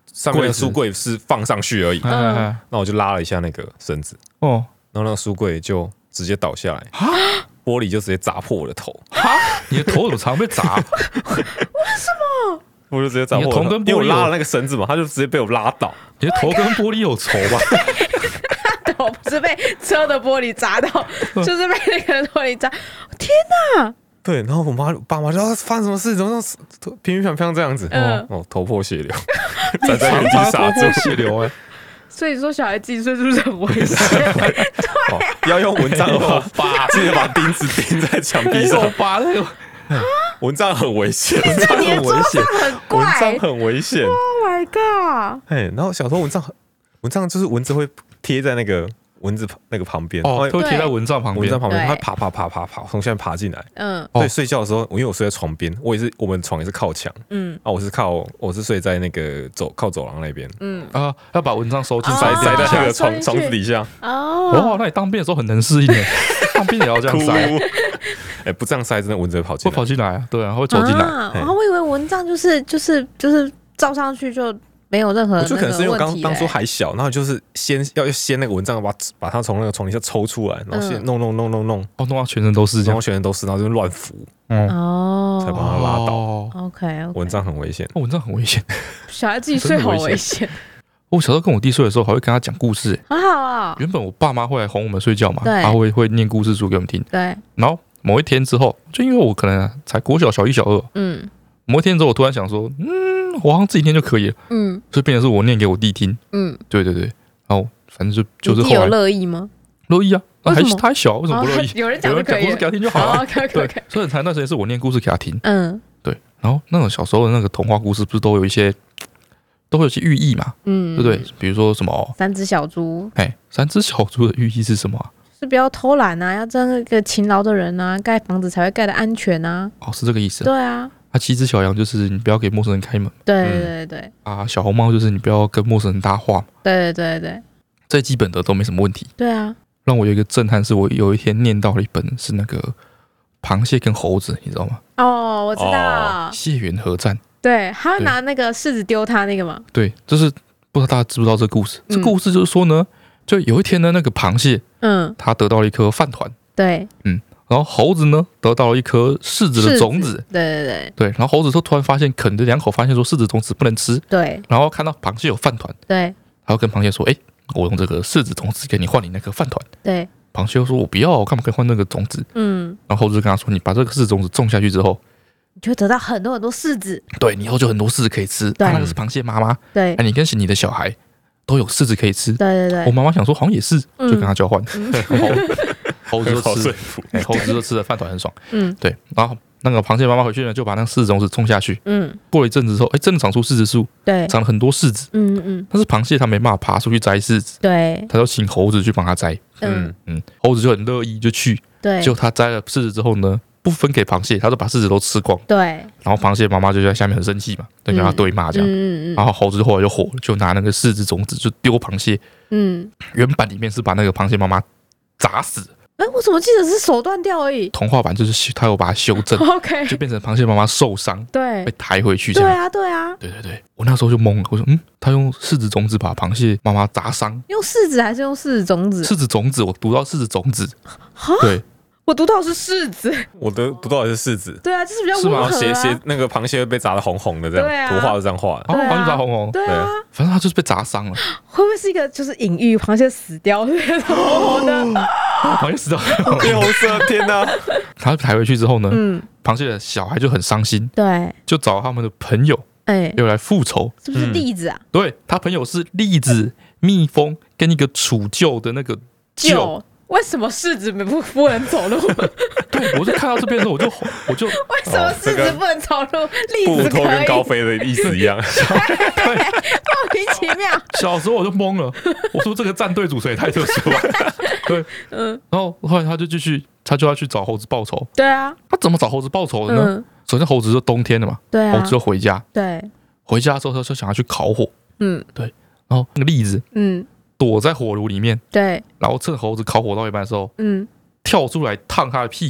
上面的书柜是放上去而已。嗯，那我就拉了一下那个绳子，哦，然后那个书柜就直接倒下来，玻璃就直接砸破我的头。 哈，你的头怎么常被砸？为什么？ 我就直接砸破我的头，因为我拉了那个绳子嘛，他就直接被我拉倒。 你的头跟玻璃有仇吧？ 头不是被车的玻璃砸到，就是被那个玻璃砸。天哪！ 对，然后我妈爸妈就说发生什么事，怎么乒乒乓乓这样子，嗯、哦，头破血流，站在原地傻住血流哎。 所以说小孩几岁是不是很危险？对、 哦，要用蚊帐的话，记得把钉子钉在墙壁上。 拔那个蚊帐很危险， 蚊帐很危险， 蚊帐很危险。 Oh my god！ 哎，然后小时候蚊帐，蚊帐就是蚊子会贴在那个。蚊子那个旁边哦，会贴在蚊帐旁边， 蚊帐旁边，它爬爬爬爬爬，从下面爬进来。嗯，所以睡觉的时候，因为我睡在床边，我也是，我们床也是靠墙。嗯，啊，我是靠，我是睡在那个走靠走廊那边。嗯啊，要把蚊帐收进塞塞在那个床床子底下。 哦，哇，那你当兵的时候很能适应耶，当兵也要这样塞。 哎，不这样塞，真的蚊子会跑进来， 会跑进来啊，对啊，会走进来。 然后我以为蚊帐就是就是就是罩上去就。没有任何的那个问题、欸， 我就可能是因为刚当初还小，然后就是先要先那个蚊帐把把它从那个床底下抽出来，然后先弄弄弄弄弄， 哦，弄到全身都是， 弄到全身都是，然后就乱扶，嗯，哦，才把它拉倒。 OK， 蚊帐很危险， 蚊帐很危险， 小孩自己睡好危险。 我小时候跟我弟睡的时候，还会跟他讲故事， 很好啊。 原本我爸妈会来哄我们睡觉嘛， 对， 他会会念故事书给我们听， 对。 然后某一天之后，就因为我可能才国小小一小二，嗯，某一天之后，我突然想说，嗯。我好像自己念就可以了，嗯，所以变成是我念给我弟听，嗯，对对对，然后反正就就是后来有乐意吗？ 乐意啊，还他还小，为什么不乐意？ 有人讲就可以， 有人讲故事给他听就好了。对，所以很长一段时间是我念故事给他听，嗯，对。然后那种小时候的那个童话故事，不是都有一些都会有些寓意嘛，嗯，对不对？比如说什么三只小猪， 哎，三只小猪的寓意是什么？ 是不要偷懒啊，要当那个勤劳的人啊，盖房子才会盖得安全啊。 哦，是这个意思。 对啊。 啊，七只小羊就是你不要给陌生人开门。 对对对对。 啊，小红帽就是你不要跟陌生人搭话。 对对对对。 最基本的都没什么问题。 对啊。 让我有一个震撼，是我有一天念到了一本是那个螃蟹跟猴子，你知道吗？ 哦，我知道。 蟹猿合战。 对，他要拿那个柿子丢他那个嘛。 对，就是不知道大家知不知道这个故事？嗯、这故事就是说呢，就有一天呢，那个螃蟹，嗯，它得到了一颗饭团。 对。 嗯。然后猴子呢得到了一颗柿子的种子， 对对对对。然后猴子就突然发现啃了两口，发现说柿子种子不能吃， 对。 然后看到螃蟹有饭团， 对， 他就跟螃蟹说：“哎，我用这个柿子种子给你换你那颗饭团。” 对。 螃蟹又说：“我不要，我干嘛可以换那个种子？”嗯。然后猴子就跟他说：“你把这个柿子种子种下去之后， 你就会得到很多很多柿子， 对，你以后就很多柿子可以吃。对，那个是螃蟹妈妈， 对， 你跟你的小孩都有柿子可以吃。 对对对。 我妈妈想说好像也是，就跟他交换。猴子就吃，哎，猴子就吃的饭团很爽，嗯，对。然后那个螃蟹妈妈回去呢，就把那个柿子种子种下去，嗯。过了一阵子之后，哎，真的长出柿子树， 对， 长了很多柿子，嗯嗯。但是螃蟹它没办法爬出去摘柿子， 对， 他就请猴子去帮他摘，嗯嗯。猴子就很乐意就去， 对。 结果他摘了柿子之后呢，不分给螃蟹，他就把柿子都吃光， 对。 然后螃蟹妈妈就在下面很生气嘛，就跟他对骂这样，嗯嗯。然后猴子后来就火了，就拿那个柿子种子就丢螃蟹，嗯。原版里面是把那个螃蟹妈妈砸死。 哎，我怎么记得是手断掉而已？ 童话版就是他有把它修正 ，OK， 就变成螃蟹妈妈受伤， 对， 被抬回去。 对啊，对啊， 对对对，我那时候就懵了，我说，嗯，他用柿子种子把螃蟹妈妈砸伤， 用柿子还是用柿子种子？ 柿子种子，我读到柿子种子，对。 我读到的是柿子， 我的读到的是柿子， 对啊，就是比较温和啊。 斜斜那个螃蟹会被砸得红红的，这样， 对啊， 图画是这样画的， 哦，螃蟹砸红红， 对啊， 反正他就是被砸伤了。 会不会是一个就是隐喻，螃蟹死掉的红红的？ 螃蟹死掉， 变红色，天哪！ 他抬回去之后呢，嗯，螃蟹的小孩就很伤心， 对， 就找他们的朋友，哎，又来复仇， 是不是栗子啊？ 对，他朋友是栗子、蜜蜂跟一个杵臼的那个臼。 为什么柿子不不能走路？ 对，我就看到这边的时候，我就我就为什么柿子不能走路？栗子可以。 布托跟高飞的意思一样， 对，莫名其妙。 小时候我就懵了，我说这个战队组成也太特殊了。对，嗯，然后后来他就继续，他就要去找猴子报仇。 对啊， 他怎么找猴子报仇的呢？嗯、首先，猴子是冬天的嘛， 对、啊， 猴子就回家。 对， 回家之后他就想要去烤火。嗯，对，然后那个栗子，嗯。躲在火炉里面， 对， 然后趁猴子烤火到一半的时候，嗯，跳出来烫他的屁股，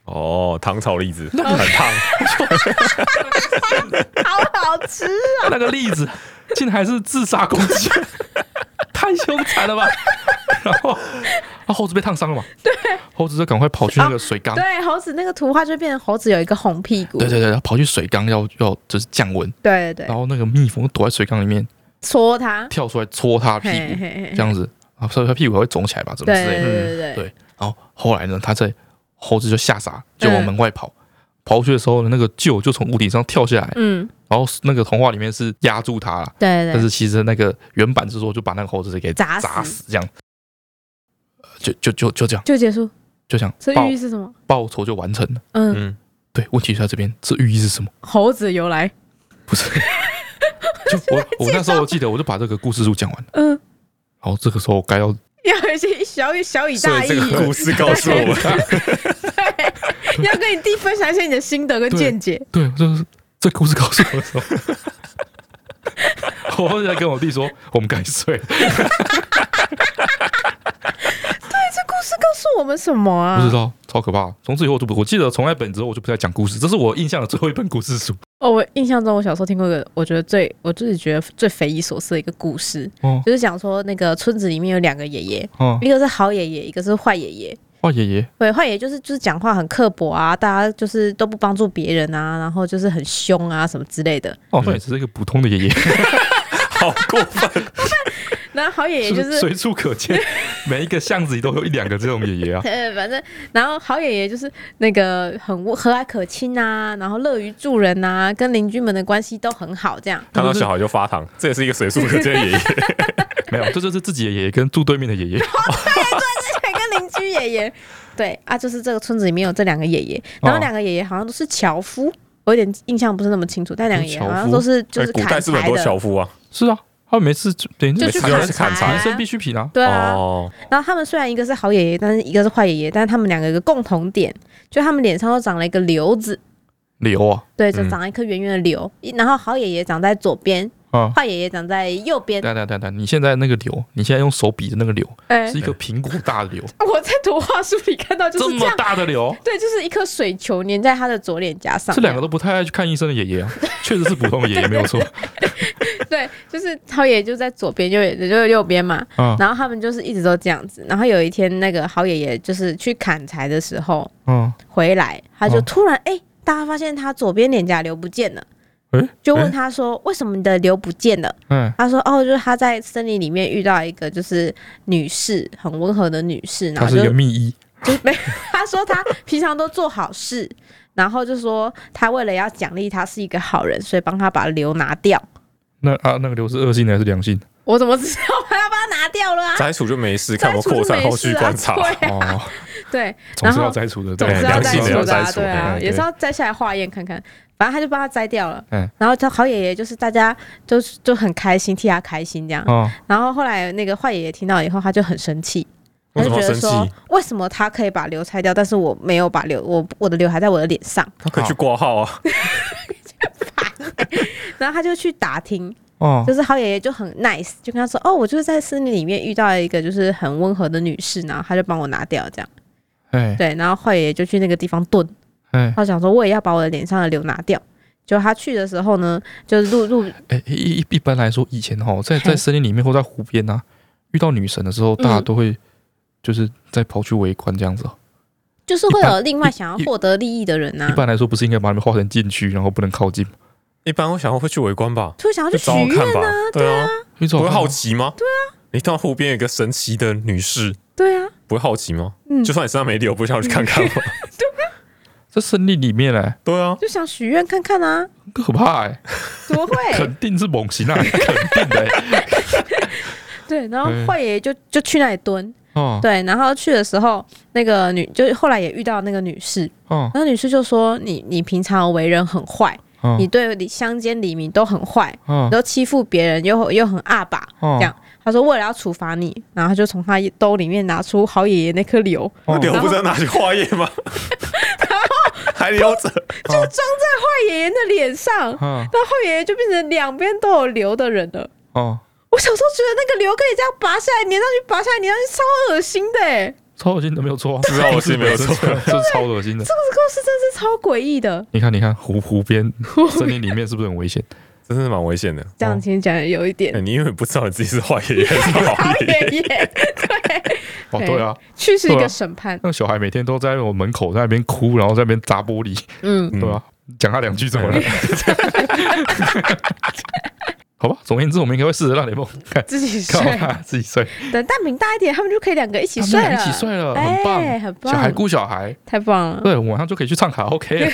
哦，糖炒栗子很烫， 好好吃啊！ 那个栗子竟然还是自杀攻击，太凶残了吧！然后，啊，猴子被烫伤了嘛？ 对， 猴子就赶快跑去那个水缸。 对，猴子那个图画就变成猴子有一个红屁股。 对对对，跑去水缸要要就是降温。 对对对。 然后那个蜜蜂躲在水缸里面戳它， 跳出来戳它屁股，这样子啊，所以它屁股还会肿起来吧？怎么之类的？ 对对对对。然后后来呢，他在猴子就吓傻，就往门外跑。嗯、跑过去的时候呢，那个鹫就从屋顶上跳下来。嗯。然后那个童话里面是压住它了， 对对。 但是其实那个原版是说就把那个猴子给砸砸死，这样。就就就就这样， 就结束， 就这样。 这寓意是什么？ 报仇就完成了。 嗯嗯。 对，问题就在这边，这寓意是什么？ 猴子由来不是。就我我那时候记得，我就把这个故事书讲完。嗯。然后这个时候该要。 要有一些小以小以大义， 所以这个故事告诉我们， 对，要跟你弟分享一些你的心得跟见解。 对，就是这故事告诉我的时候，我后来跟我弟说，我们该睡。对，这故事告诉我们什么啊？ 不知道，超可怕。从此以后，我就不，我记得从那本之后，我就不再讲故事。这是我印象的最后一本故事书。 哦，我印象中，我小时候听过一个，我觉得最我自己觉得最匪夷所思的一个故事，哦、就是讲说那个村子里面有两个爷爷，哦、一个是好爷爷，一个是坏爷爷。 坏爷爷， 对，坏爷爷就是就是讲话很刻薄啊，大家就是都不帮助别人啊，然后就是很凶啊什么之类的。 哦，对，只是一个普通的爷爷，好过分。 然后好爷爷就是随处可见，每一个巷子里都有一两个这种爷爷啊。 对，反正然后好爷爷就是那个很和蔼可亲啊，然后乐于助人啊，跟邻居们的关系都很好，这样。 看到小孩就发糖，这也是一个随处可见的爷爷。 没有，这就是自己的爷爷跟住对面的爷爷。 哦，对对，之前跟邻居爷爷。对啊，就是这个村子里面有这两个爷爷，然后两个爷爷好像都是樵夫，我有点印象不是那么清楚，但两个爷爷好像都是就是古代是很多樵夫啊， 是啊。他们每次对， 就去砍柴， 人生必需品啊。 对啊。哦、然后他们虽然一个是好爷爷，但是一个是坏爷爷，但是他们两个有一个共同点，就他们脸上都长了一个瘤子。 瘤啊？ 对，就长了一颗圆圆的瘤。嗯、然后好爷爷长在左边，啊、坏爷爷长在右边。 对对对对，你现在那个瘤，你现在用手比的那个瘤，欸、是一个苹果大的瘤。 我在图画书里看到就是这样这么大的瘤。 对，就是一颗水球粘在他的左脸颊上。 这两个都不太爱去看医生的爷爷啊，确实是普通的爷爷没有错。 对，就是好爷爷就在左边，右爷爷就右边嘛。嗯、然后他们就是一直都这样子。然后有一天，那个好爷爷就是去砍柴的时候，嗯，回来他就突然哎、嗯欸，大家发现他左边脸颊瘤不见了。欸、就问他说：“欸、为什么你的瘤不见了？”嗯，他说：“哦，就是他在森林里面遇到一个就是女士，很温和的女士，然后就她是一个密医， 就没他说他平常都做好事，然后就说他为了要奖励他是一个好人，所以帮他把瘤拿掉。 那啊，那个瘤是恶性的还是良性？ 我怎么知道？他要把它拿掉了啊！ 摘除就没事，看我扩散后续观察。 哦，对， 总是要摘除的， 总是要摘除的， 摘除对啊，也是要摘下来化验看看。反正他就帮他摘掉了，嗯，然后他好爷爷就是大家就就很开心，替他开心这样。哦，然后后来那个坏爷爷听到以后，他就很生气，他就觉得说，为什么他可以把瘤拆掉，但是我没有把瘤，我我的瘤还在我的脸上。 他可以去挂号啊。 然后他就去打听。哦，就是好爷爷就很 nice， 就跟他说：“哦，我就是在森林里面遇到一个就是很温和的女士，然后他就帮我拿掉这样。”哎，对，然后坏爷爷就去那个地方蹲，哎，他想说我也要把我的脸上的瘤拿掉。就他去的时候呢，就是路路， 哎，一一般来说，以前哈，在在森林里面或在湖边啊，遇到女神的时候，大家都会就是在跑去围观这样子哦。 就是会有另外想要获得利益的人呐、啊。 一般来说，不是应该把他们划成禁区，然后不能靠近吗？ 一般我想要会去围观吧， 就想要去许愿啊，对啊， 你不会好奇吗？ 对啊， 你看到湖边有一个神奇的女士， 对啊， 不会好奇吗？嗯，就算你身上没瘤，不想要去看看吗？ 对啊， 在森林里面嘞， 对啊， 就想许愿看看啊， 很可怕哎， 怎么会？ 肯定是猛禽啊，肯定的。 对，然后坏爷爷就就去那里蹲。哦，对，然后去的时候，那个女就后来也遇到那个女士，哦，那女士就说：“你你平常为人很坏。”你对乡间里民都很坏，嗯、都欺负别人，又又很阿爸，嗯、这样。他说为了要处罚你，然后他就从他兜里面拿出好爷爷那颗瘤， 瘤不是要拿去化验吗？ 然后还留着， 就装在坏爷爷的脸上，嗯、然后坏爷爷就变成两边都有瘤的人了。哦，我小时候觉得那个瘤可以这样拔下来，粘上去，拔下来，粘上去，超恶心的哎。 超恶心的没有错， 是超恶心没有错， 就是超恶心的。 这个故事真是超诡异的。 你看，你看湖湖边森林里面是不是很危险？ 真的是蛮危险的。 这样听讲的有一点、 欸，你因为不知道你自己是坏爷爷还是好爷爷。 对， 哦对啊， 去是一个审判。 那个小孩每天都在我门口在那边哭，然后在那边砸玻璃，嗯，对吧？讲他两句怎么了？好吧，总而言之，我们应该会试着让雷梦看自己睡， 自己睡。 等蛋饼大一点，他们就可以两个一起睡了， 一起睡了，很棒， 欸、很棒。 小孩顾小孩， 太棒了。 对，晚上就可以去唱卡拉 OK。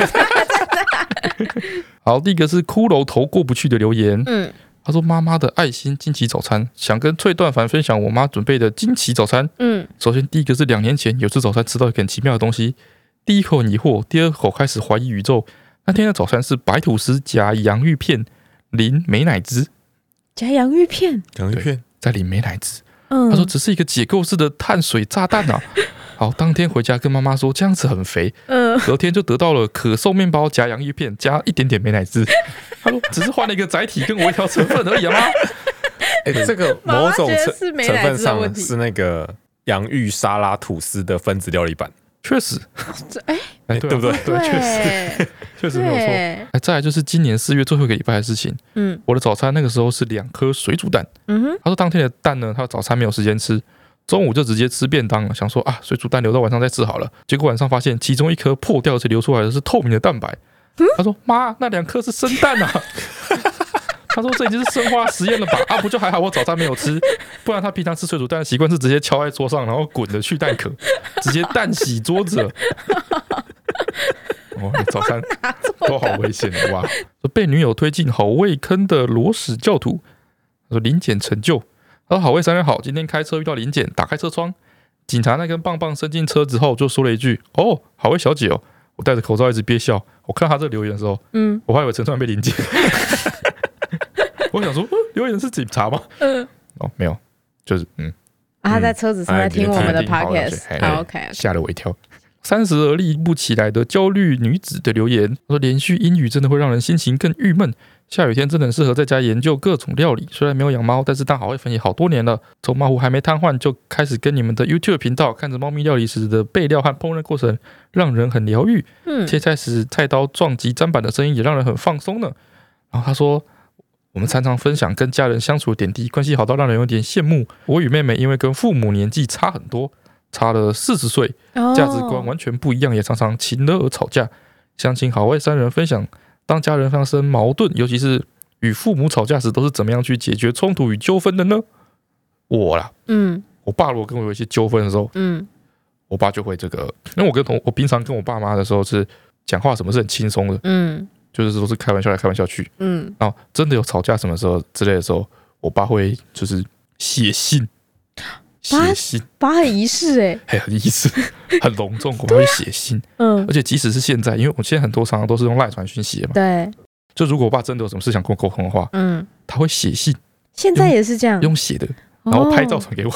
好，第一个是骷髅头过不去的留言，嗯，他说妈妈的爱心惊奇早餐，想跟翠段凡分享我妈准备的惊奇早餐。嗯，首先第一个是两年前有次早餐吃到一个很奇妙的东西，第一口很疑惑，第二口开始怀疑宇宙。那天的早餐是白吐司加洋芋片。淋美乃滋， 加洋芋片， 洋芋片再淋美乃滋。嗯，他说只是一个解构式的碳水炸弹啊。好，当天回家跟妈妈说这样子很肥。嗯，隔天就得到了可颂面包加洋芋片加一点点美乃滋。他说只是换了一个载体跟微调成分而已啊。 哎、欸，这个某种成成分上是那个洋芋沙拉吐司的分子料理版。 确实， 哎、 欸，对不对？对，确实，确实没有错。哎，再来就是今年四月最后一个礼拜的事情。嗯，我的早餐那个时候是两颗水煮蛋。嗯哼，他说当天的蛋呢，他早餐没有时间吃，中午就直接吃便当了，想说啊，水煮蛋留到晚上再吃好了。结果晚上发现其中一颗破掉，而且流出来的是透明的蛋白。嗯、他说妈，那两颗是生蛋啊。他说这已经是生化实验了吧？啊，不就还好我早餐没有吃，不然他平常吃水煮蛋的习惯是直接敲在桌上，然后滚的去蛋壳，直接蛋洗桌子了。哦，早餐都好危险的哇！被女友推进好味坑的裸屎教徒，他说临检成就。他说好味三人好，今天开车遇到临检，打开车窗，警察那根棒棒伸进车子后就说了一句：“哦，好味小姐哦。”我戴着口罩一直憋笑。我看到他这个留言的时候，嗯，我还以为陈川被临检。我想说，呃、留言是警察吗？嗯，哦，没有，就是嗯， 啊，他在车子上在听我们的 podcast，OK， 吓了我一跳。三十而立不起来的焦虑女子的留言，说连续阴雨真的会让人心情更郁闷。下雨天真的很适合在家研究各种料理。虽然没有养猫，但是当好味粉也好多年了。从猫虎还没瘫痪就开始跟你们的 YouTube 频道，看着猫咪料理时的备料和烹饪过程，让人很疗愈。嗯，切菜时菜刀撞击砧板的声音也让人很放松呢。然后他说，我们常常分享跟家人相处的点滴，关系好到让人有点羡慕。我与妹妹因为跟父母年纪差很多，差了四十岁，价值观完全不一样，也常常情勒而吵架。想请好味三人分享，当家人发生矛盾，尤其是与父母吵架时，都是怎么样去解决冲突与纠纷的呢？我啦，嗯，我爸如果跟我有一些纠纷的时候，嗯，我爸就会这个，因为我跟同我平常跟我爸妈的时候是讲话什么是很轻松的，嗯。就是都是开玩笑来开玩笑去，嗯，然后真的有吵架什么时候之类的时候，我爸会就是写信，写信， 爸很仪式哎、 欸，很仪式，很隆重，我会写信，嗯，而且即使是现在，因为我现在很多常常都是用赖传讯息嘛， 对， 就如果我爸真的有什么事想跟我沟通的话，嗯，他会写信， 现在也是这样， 用写的，然后拍照传给我。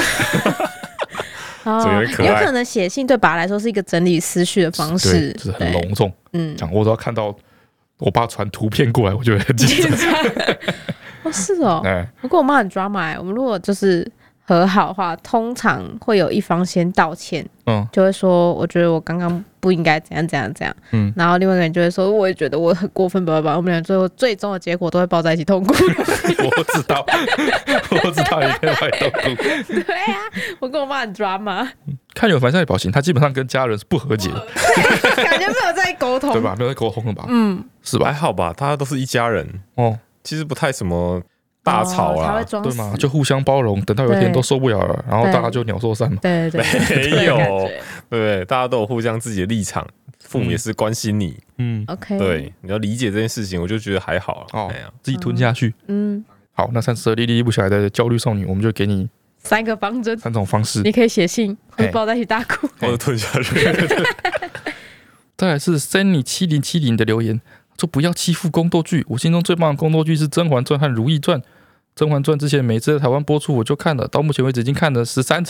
哦，有可能写信对爸来说是一个整理思绪的方式， 就是很隆重。嗯，讲我都要看到我爸传图片过来，我就会很紧张。 哦，是哦。哎，不过我妈很 drama， 我们如果就是和好的话，通常会有一方先道歉，嗯，就会说我觉得我刚刚不应该怎样怎样怎样，嗯，然后另外一个人就会说我也觉得我很过分，爸爸，我们俩最后最终的结果都会抱在一起痛哭。 我知道，我知道一定会痛哭。 对啊，我跟我妈很 drama。 看有凡善的表情，他基本上跟家人是不和解的， 感觉没有在沟通， 对吧？没有在沟通了吧？嗯，是吧？ 还好吧，大家都是一家人哦，其实不太什么。大吵啊， 哦、 对吗？就互相包容，等到有一天都受不了了，然后大家就鸟兽散嘛。 对对对，没有，对不对？大家都有互相自己的立场，父母也是关心你，嗯 ，OK， 对，你要理解这件事情，我就觉得还好哦，自己吞下去，嗯，好，那三十而立立不起来的焦虑少女，我们就给你三个方针， 三种方式， 你可以写信，或者抱在一起大哭， 或者吞下去。 再来是 Sunny 七零七零的留言，说不要欺负宫斗剧，我心中最棒的宫斗剧是《甄嬛传》和《如懿传》。《甄嬛传》之前每次在台湾播出我就看了，到目前为止已经看了十三次，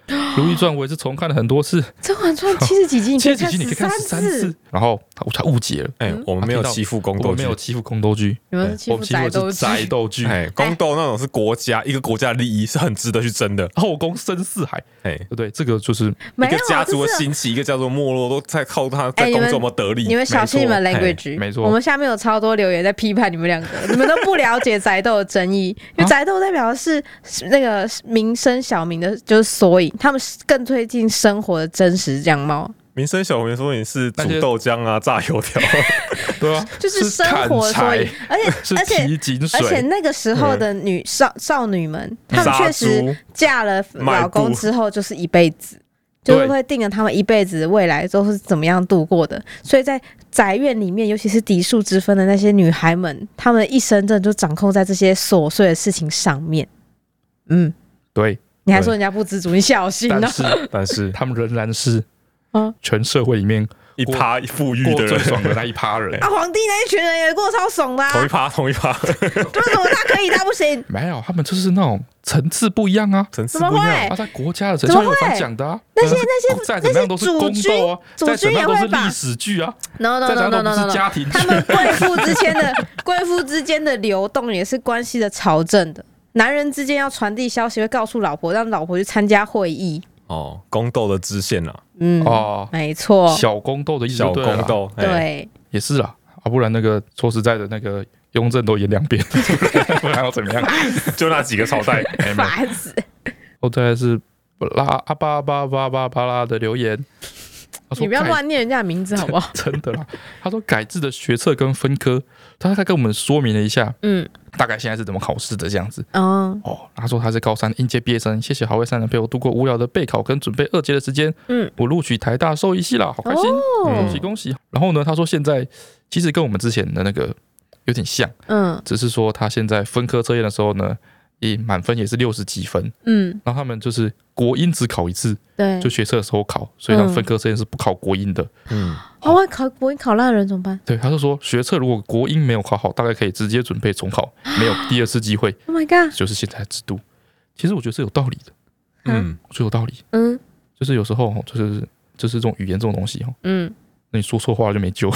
《如懿传》我也是重看了很多次，《 甄嬛传》七十几集， 七十几集你可以看十三次。然后他他误解了， 哎、欸，我们没有欺负宫斗剧， 我们没有欺负宫斗剧， 你们是欺负宅斗剧。 宅斗剧， 哎，宫斗那种是国家一个国家的利益，是很值得去争的。 后宫深似海，哎，对不对？这个就是一个家族的兴起，一个家族的没落，都在靠他在宫中有没有得利。 你们小心你们 language， 没错。 我们下面有超多留言在批判你们两个，你们都不了解宅斗的争议，因为宅斗代表的是那个民生小民的，就是缩影，他们更推进生活的真实样貌。 民生小民缩影是煮豆浆啊、炸油条， 对啊， 就是生活缩影，而且而且而且那个时候的女、嗯、少少女们，她们确实嫁了老公之后就是一辈子，就是会定了她们一辈子的未来都是怎么样度过的。所以在宅院里面，尤其是嫡庶之分的那些女孩们，她们的一生真的就掌控在这些琐碎的事情上面。嗯， 对。 你还说人家不知足，你小心哦、 喔。但是但是他们仍然是全社会里面一趴富裕的人， 最爽的那一趴人啊！皇帝那一群人也过超爽的、啊， 同一趴同一趴。 为什么他可以，他不行？ 没有，他们就是那种层次不一样啊， 层次不一样。 他在国家的层次有反讲的啊， 那些那些再怎么样都是宫斗啊，再怎么样都是历史剧啊。 No no no no no no， 家庭剧。 他们贵妇之间的贵妇之间的流动也是关系的朝政的。男人之间要传递消息，会告诉老婆，让老婆去参加会议。 哦，宫斗的支线啦， 嗯，哦，没错， 小宫斗的意思， 小宫斗， 对， 也是啦，啊，不然那个说实在的，那个雍正都演两遍，不然要怎么样？ 就那几个朝代， 烦死。 哦，再来是拉阿巴巴巴巴巴拉的留言。 你不要乱念人家的名字好不好？ 真的啦，他说改制的学测跟分科，他大概跟我们说明了一下，嗯，大概现在是怎么考试的这样子。哦，哦，他说他是高三应届毕业生，谢谢好味三人陪我度过无聊的备考跟准备二阶的时间。嗯，我录取台大兽医系啦，好开心，哦、恭喜恭喜。然后呢，他说现在其实跟我们之前的那个有点像，嗯，只是说他现在分科测验的时候呢，也满分也是六十几分，嗯，然后他们就是国英只考一次，对，就学测的时候考，所以他们分科测验是不考国英的，嗯， 哦，万一考国英考烂的人怎么办？ 对，他就说学测如果国英没有考好，大概可以直接准备重考，没有第二次机会。 Oh my god， 就是现在的制度，其实我觉得是有道理的，嗯，我觉得有道理，嗯，就是有时候就是就是这种语言这种东西哦，嗯，那你说错话就没救了，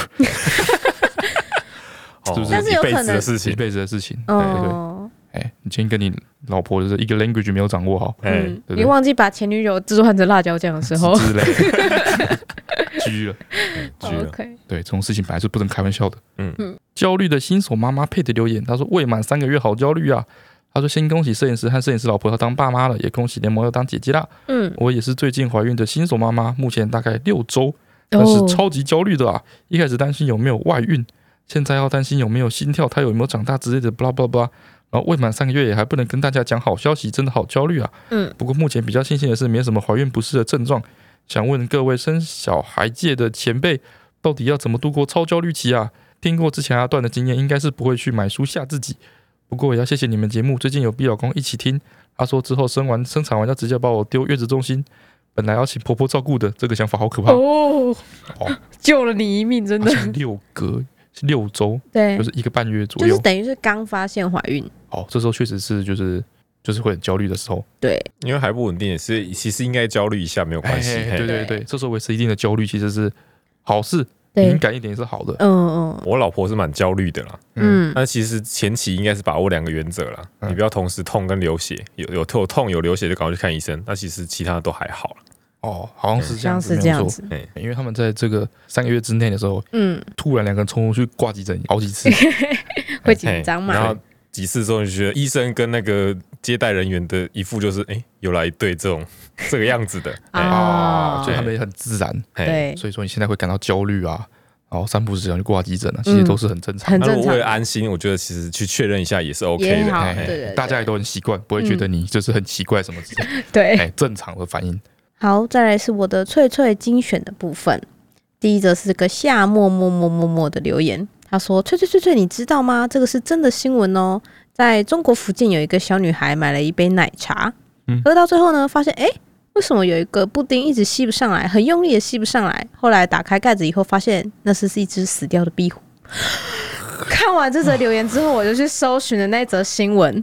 是不是？但是有可能一辈子的事情，一辈子的事情，对对。哎，你今天跟你老婆的一个 language 没有掌握好，嗯，对对， 你忘记把前女友置换成辣椒酱的时候， 之类的，居了， 居了。Okay. 对，这种事情本来是不能开玩笑的。嗯嗯，焦虑的新手妈妈配的留言，她说未满三个月好焦虑啊。她说先恭喜摄影师和摄影师老婆要当爸妈了，也恭喜联盟要当姐姐啦。嗯，我也是最近怀孕的新手妈妈，目前大概六周，但是超级焦虑的啊。一开始担心有没有外孕，现在要担心有没有心跳，她有没有长大之类的，blah blah blah。然后未满三个月也还不能跟大家讲好消息，真的好焦虑啊！嗯，不过目前比较庆幸的是，没什么怀孕不适的症状。想问各位生小孩界的前辈，到底要怎么度过超焦虑期啊？听过之前阿段的经验，应该是不会去买书吓自己。不过也要谢谢你们节目，最近有逼老公一起听，他说之后生完生产完要直接把我丢月子中心，本来要请婆婆照顾的，这个想法好可怕哦！ 哦救了你一命，真的。 六个。六周， 对， 就是一个半月左右， 就是等于是刚发现怀孕。 哦，这时候确实是就是就是会很焦虑的时候。 对， 因为还不稳定，也是其实应该焦虑一下没有关系。 对对对，这时候维持一定的焦虑其实是好事，敏感一点是好的。嗯嗯，我老婆是蛮焦虑的啦。嗯，但其实前期应该是把握两个原则啦，嗯、你不要同时痛跟流血，有有有痛有流血就赶快去看医生。那其实其他的都还好了。 哦，好像是这样子， 像是这样子， 因为他们在这个三个月之内的时候，嗯，突然两个人冲出去挂急诊好几次， 会紧张嘛？ 然后几次之后就觉得医生跟那个接待人员的一副就是哎、欸，有来一对这种这个样子的啊，所以他们也很自然，对，所以说你现在会感到焦虑啊，然后三不五时想去挂急诊啊，其实都是很正常。 很正常。 那我为了安心，我觉得其实去确认一下也是 OK 的， 对对， 大家也都很习惯，不会觉得你就是很奇怪什么之类的， 对， 正常的反应。 好，再来是我的脆脆精选的部分。第一则是个夏默默默默默的留言，他说：“脆脆脆脆，你知道吗？这个是真的新闻哦。在中国福建有一个小女孩买了一杯奶茶，嗯、喝到最后呢，发现哎，为什么有一个布丁一直吸不上来，很用力也吸不上来？后来打开盖子以后，发现那是是一只死掉的壁虎。看完这则留言之后，我就去搜寻了那则新闻。”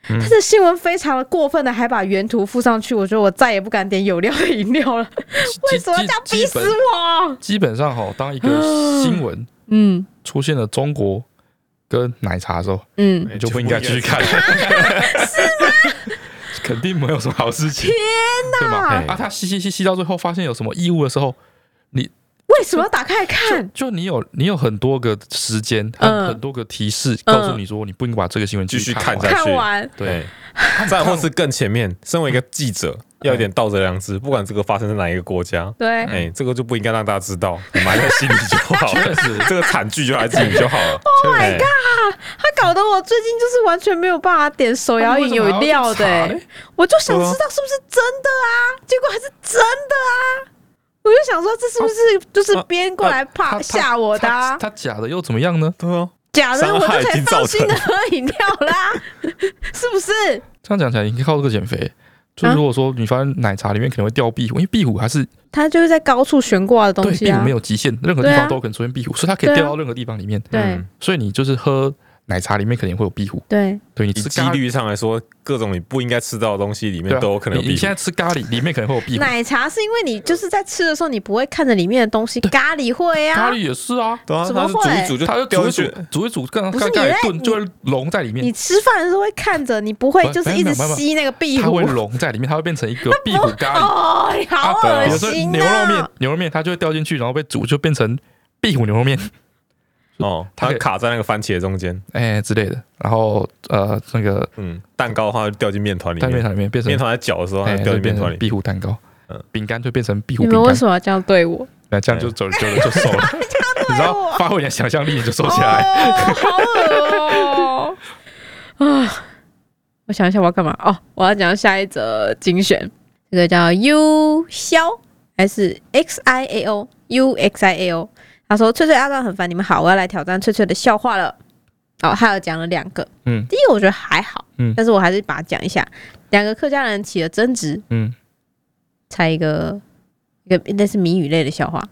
嗯、他的新闻非常的过分的，还把原图附上去，我觉得我再也不敢点有料的饮料了。为什么要这样逼死我？ 基本上哈，当一个新闻嗯出现了中国跟奶茶的时候，嗯，你就不应该继续看了，是吗？ 肯定没有什么好事情。 天哪！ 对吗？啊，他吸吸吸吸到最后，发现有什么异物的时候，你。 为什么要打开来看？ 就, 就你有你有很多个时间，嗯、很多个提示，告诉你说你不应该把这个新闻继续看下去。 看完， 对，再或是更前面，身为一个记者，要有点道德良知，不管这个发生在哪一个国家， 对， 哎、欸，这个就不应该让大家知道，你埋在心里就好了。确实，这个惨剧就在自己就好了。 Oh my god！ 他搞得我最近就是完全没有办法点手摇饮有料的、欸，我就想知道是不是真的啊，结果还是真的啊。我就想说，这是不是就是编过来怕吓我的、啊？ 他假的又怎么样呢？ 对啊， 假的我就可以放心的喝饮料啦，是不是？ 这样讲起来，你可以靠这个减肥。就如果说你发现奶茶里面可能会掉壁虎，因为壁虎还是它就是在高处悬挂的东西啊， 对，壁虎没有极限，任何地方都可能出现壁虎，所以它可以掉到任何地方里面。 对，嗯、 所以你就是喝。奶茶里面肯定会有壁虎， 对， 对你吃几率上来说，各种你不应该吃到的东西里面都有可能有壁虎。 你现在吃咖喱，里面可能会有壁虎。 奶茶是因为你就是在吃的时候，你不会看着里面的东西，咖喱会啊， 咖喱也是啊， 对啊， 怎么会？ 煮一煮就它就煮一煮，煮一煮，刚刚刚一炖就会融在里面。 你吃饭的时候会看着，你不会就是一直吸那个壁虎， 它会融在里面，它会变成一个壁虎咖喱。 哦，好恶心啊！ 牛肉面，牛肉面它就会掉进去，然后被煮就变成壁虎牛肉面。 哦，它卡在那个番茄中间， 哎、欸、之类的，然后呃那个嗯蛋糕的话就掉进面团里面， 面团里面变成面团在搅的时候，它掉进面团里， 壁虎蛋糕，嗯，饼干就变成壁虎饼干。 你们为什么要这样对我？ 那这样就走久了就瘦了，你知道，发挥你的想象力你就瘦下来。 哦、好恶哦！啊，我想一下我要干嘛？哦，我要讲下一则精选，这个叫 U 肖还是 X I A O U X I A O。他说：“翠翠阿段很烦，你们好，我要来挑战翠翠的笑话了。”哦，他有讲了两个，嗯，第一个我觉得还好，嗯，但是我还是把它讲一下。两个客家人起了争执，嗯，猜一个一个那是谜语类的笑话。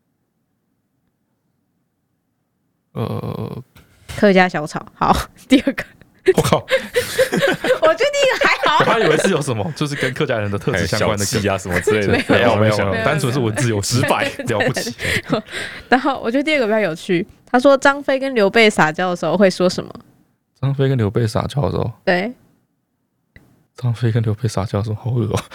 呃， 客家小炒。好，第二个， 我靠， 我觉得第一个还好。 我还以为是有什么，就是跟客家人的特质相关的梗啊什么之类的， 没有没有，单纯是文字有失败，了不起。 然后我觉得第二个比较有趣，他说张飞跟刘备撒娇的时候会说什么？ 张飞跟刘备撒娇的时候， 对， 张飞跟刘备撒娇的时候好恶哦，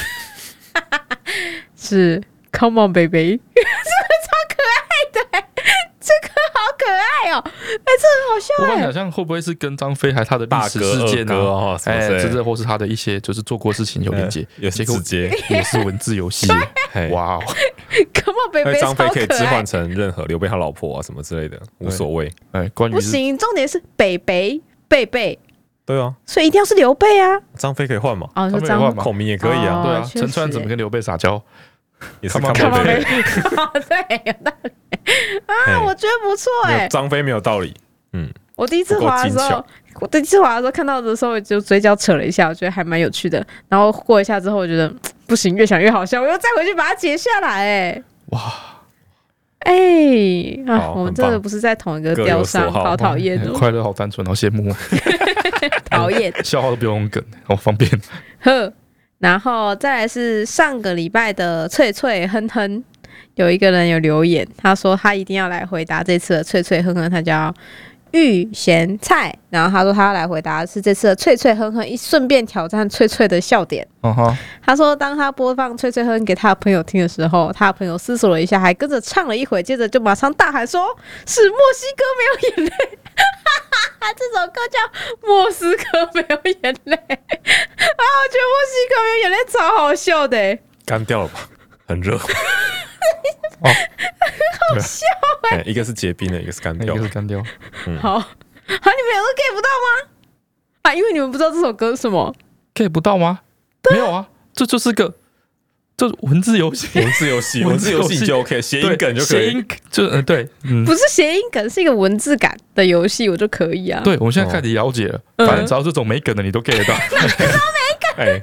是 Come on baby， 这个超可爱的，这个好可爱哦，哎，这很好笑哎。 我在想象会不会是跟张飞还他的历史事件啊，哎，甚至或是他的一些就是做过事情有连接， 也是直接也是文字游戏，哇哦 ，Come on baby， 张飞可以置换成任何刘备他老婆啊什么之类的，无所谓。 哎，关于不行，重点是北北贝贝。 对啊， 所以一定要是刘备啊。 张飞可以换嘛？ 哦， 张飞可以换嘛？ 孔明也可以啊。 对啊，陈川怎么跟刘备撒娇？ 也是看宝贝。 对，有道理啊，我觉得不错哎。 张飞没有道理，嗯。 我第一次滑的时候，我第一次滑的时候看到的时候，就嘴角扯了一下，我觉得还蛮有趣的。然后过一下之后，我觉得不行，越想越好笑，我又再回去把它截下来。哎， 哇， 哎啊，我们真的不是在同一个调上，好讨厌哦。 快乐好单纯，好羡慕。 讨厌， 笑话都不用用梗，好方便。 呵，然后再来是上个礼拜的脆脆哼哼，有一个人有留言，他说他一定要来回答这次的脆脆哼哼，他叫玉咸菜，然后他说他要来回答的是这次的脆脆哼哼，一顺便挑战脆脆的笑点。Uh-huh. 他说当他播放脆脆哼哼给他的朋友听的时候，他的朋友思索了一下，还跟着唱了一会，接着就马上大喊说是墨西哥没有眼泪。这首歌叫莫斯科没有眼泪啊，我觉得墨西哥没有眼泪超好笑的、欸、 干掉了吧，很热。 哦，很好笑哎、欸！ 一个是结冰的，一个是干掉， 一个是干掉。 嗯、好，好，你们两个 get 不到吗？啊，因为你们不知道这首歌是什么 ，get 不到吗？没有啊，这就是个这文字游戏， 文字游戏，文字游戏就 OK， 谐音梗就可以， 谐音就呃对，嗯， 不是谐音梗，是一个文字感的游戏，我就可以啊。 对，我们现在开始了解了，哦、反正只要这种没梗的你都 get 得到， 都没梗。哎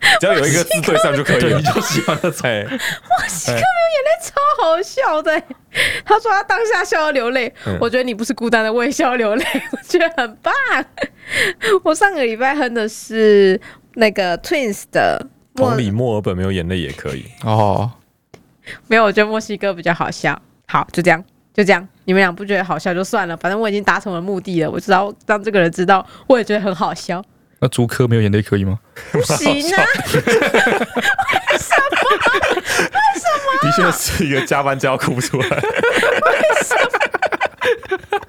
只要有一个字对上就可以了。 你就喜欢的菜。 墨西哥没有眼泪超好笑的。他说他当下笑到流泪，嗯、我觉得你不是孤单的，我也笑流泪，我觉得很棒。我上个礼拜哼的是那个 Twins 的。 同理，墨尔本没有眼泪也可以哦。 没有，我觉得墨西哥比较好笑。好，就这样，就这样。你们俩不觉得好笑就算了，反正我已经达成了目的了。我知道让这个人知道，我也觉得很好笑。 那竹科没有眼泪可以吗？ 不行啊！为什么？为什么？ 的确是一个加班就要哭出来。 为什么？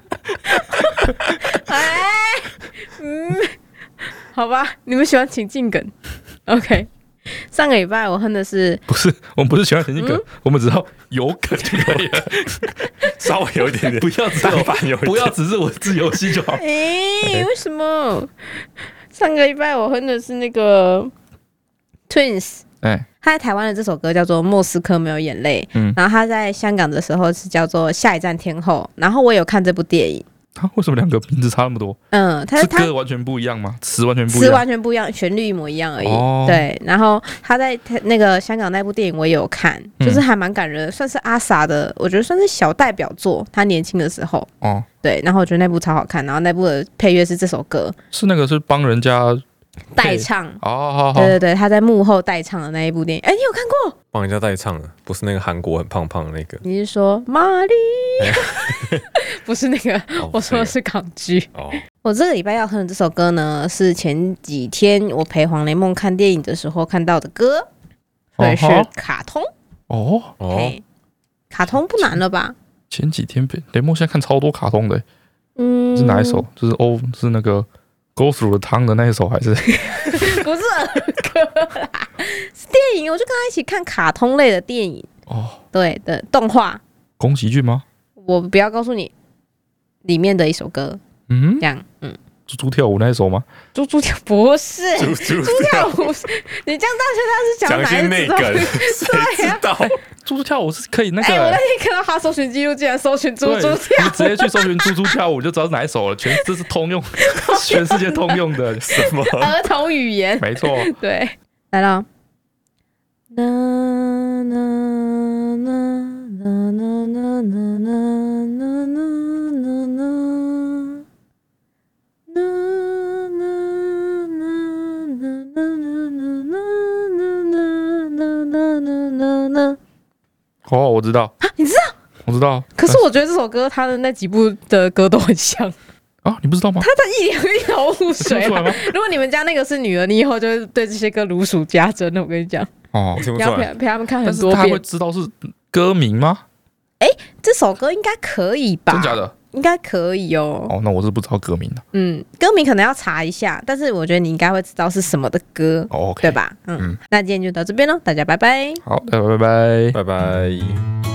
哎，嗯，好吧，你们喜欢情境梗 ，OK。上个礼拜我哼的是， 不是我们不是喜欢情境梗，嗯、我们只要有梗就可以了， 稍微有一点点， 不要只有不要只是文字游戏就好。 哎、欸，为什么？上个礼拜我哼的是那个 Twins， 哎、欸，他在台湾的这首歌叫做《莫斯科没有眼泪》，嗯，然后他在香港的时候是叫做《下一站天后》，然后我有看这部电影。 他为什么两个名字差那么多？ 嗯，他是歌完全不一样吗？词完全不一样， 词完全不一样，旋律一模一样而已。哦、对，然后他在那个香港那部电影我也有看，就是还蛮感人的，算是阿 sa 的，我觉得算是小代表作。他年轻的时候，哦，对，然后我觉得那部超好看，然后那部的配乐是这首歌， 是那个是帮人家代唱哦，好好， 对对对，他在幕后代唱的那一部电影，哎，你有看过？ 帮人家代唱的，不是那个韩国很胖胖的那个？ 你是说玛丽？不是那个，哦、我说的是港剧。哦，我这个礼拜要哼的这首歌呢，是前几天我陪黄雷梦看电影的时候看到的歌，所以是卡通。哦哦，卡通不难了吧？ 前几天陪雷梦现在看超多卡通的，嗯，是哪一首？就是哦，是那个。Go through 的汤的那一首还是？ 不是儿歌啦，是电影。我就跟他一起看卡通类的电影哦，对的动画。 宫崎骏吗？ 我不要告诉你里面的一首歌，嗯，这样，嗯， 猪猪跳舞那一首吗？ 猪猪跳不是猪猪跳舞，你这样大家是讲哪一首？谁知道？ 猪猪跳舞是可以那个、欸。 哎、欸，我那天看到他搜寻记录，竟然搜寻猪猪跳舞， 你直接去搜寻猪猪跳舞，就知道是哪一首了。全这是通用，全世界通用的什么儿童语言？ 没错， 对，来了。啦啦啦啦啦啦啦啦啦啦。 哦，我知道啊，你知道？ 我知道。 可是我觉得这首歌它的那几部的歌都很像啊，你不知道吗？ 他的一两一头雾水、啊。如果你们家那个是女儿，你以后就会对这些歌如数家珍的。我跟你讲， 哦，听不出来。 你要陪陪他们看很多遍。 但是他会知道是歌名吗？ 哎、欸，这首歌应该可以吧？ 真假的？ 应该可以哦。 哦，那我是不知道歌名的。 嗯，歌名可能要查一下，但是我觉得你应该会知道是什么的歌， 哦 okay、 对吧？嗯，嗯那今天就到这边喽，大家拜拜。 好，大家拜拜， 拜拜。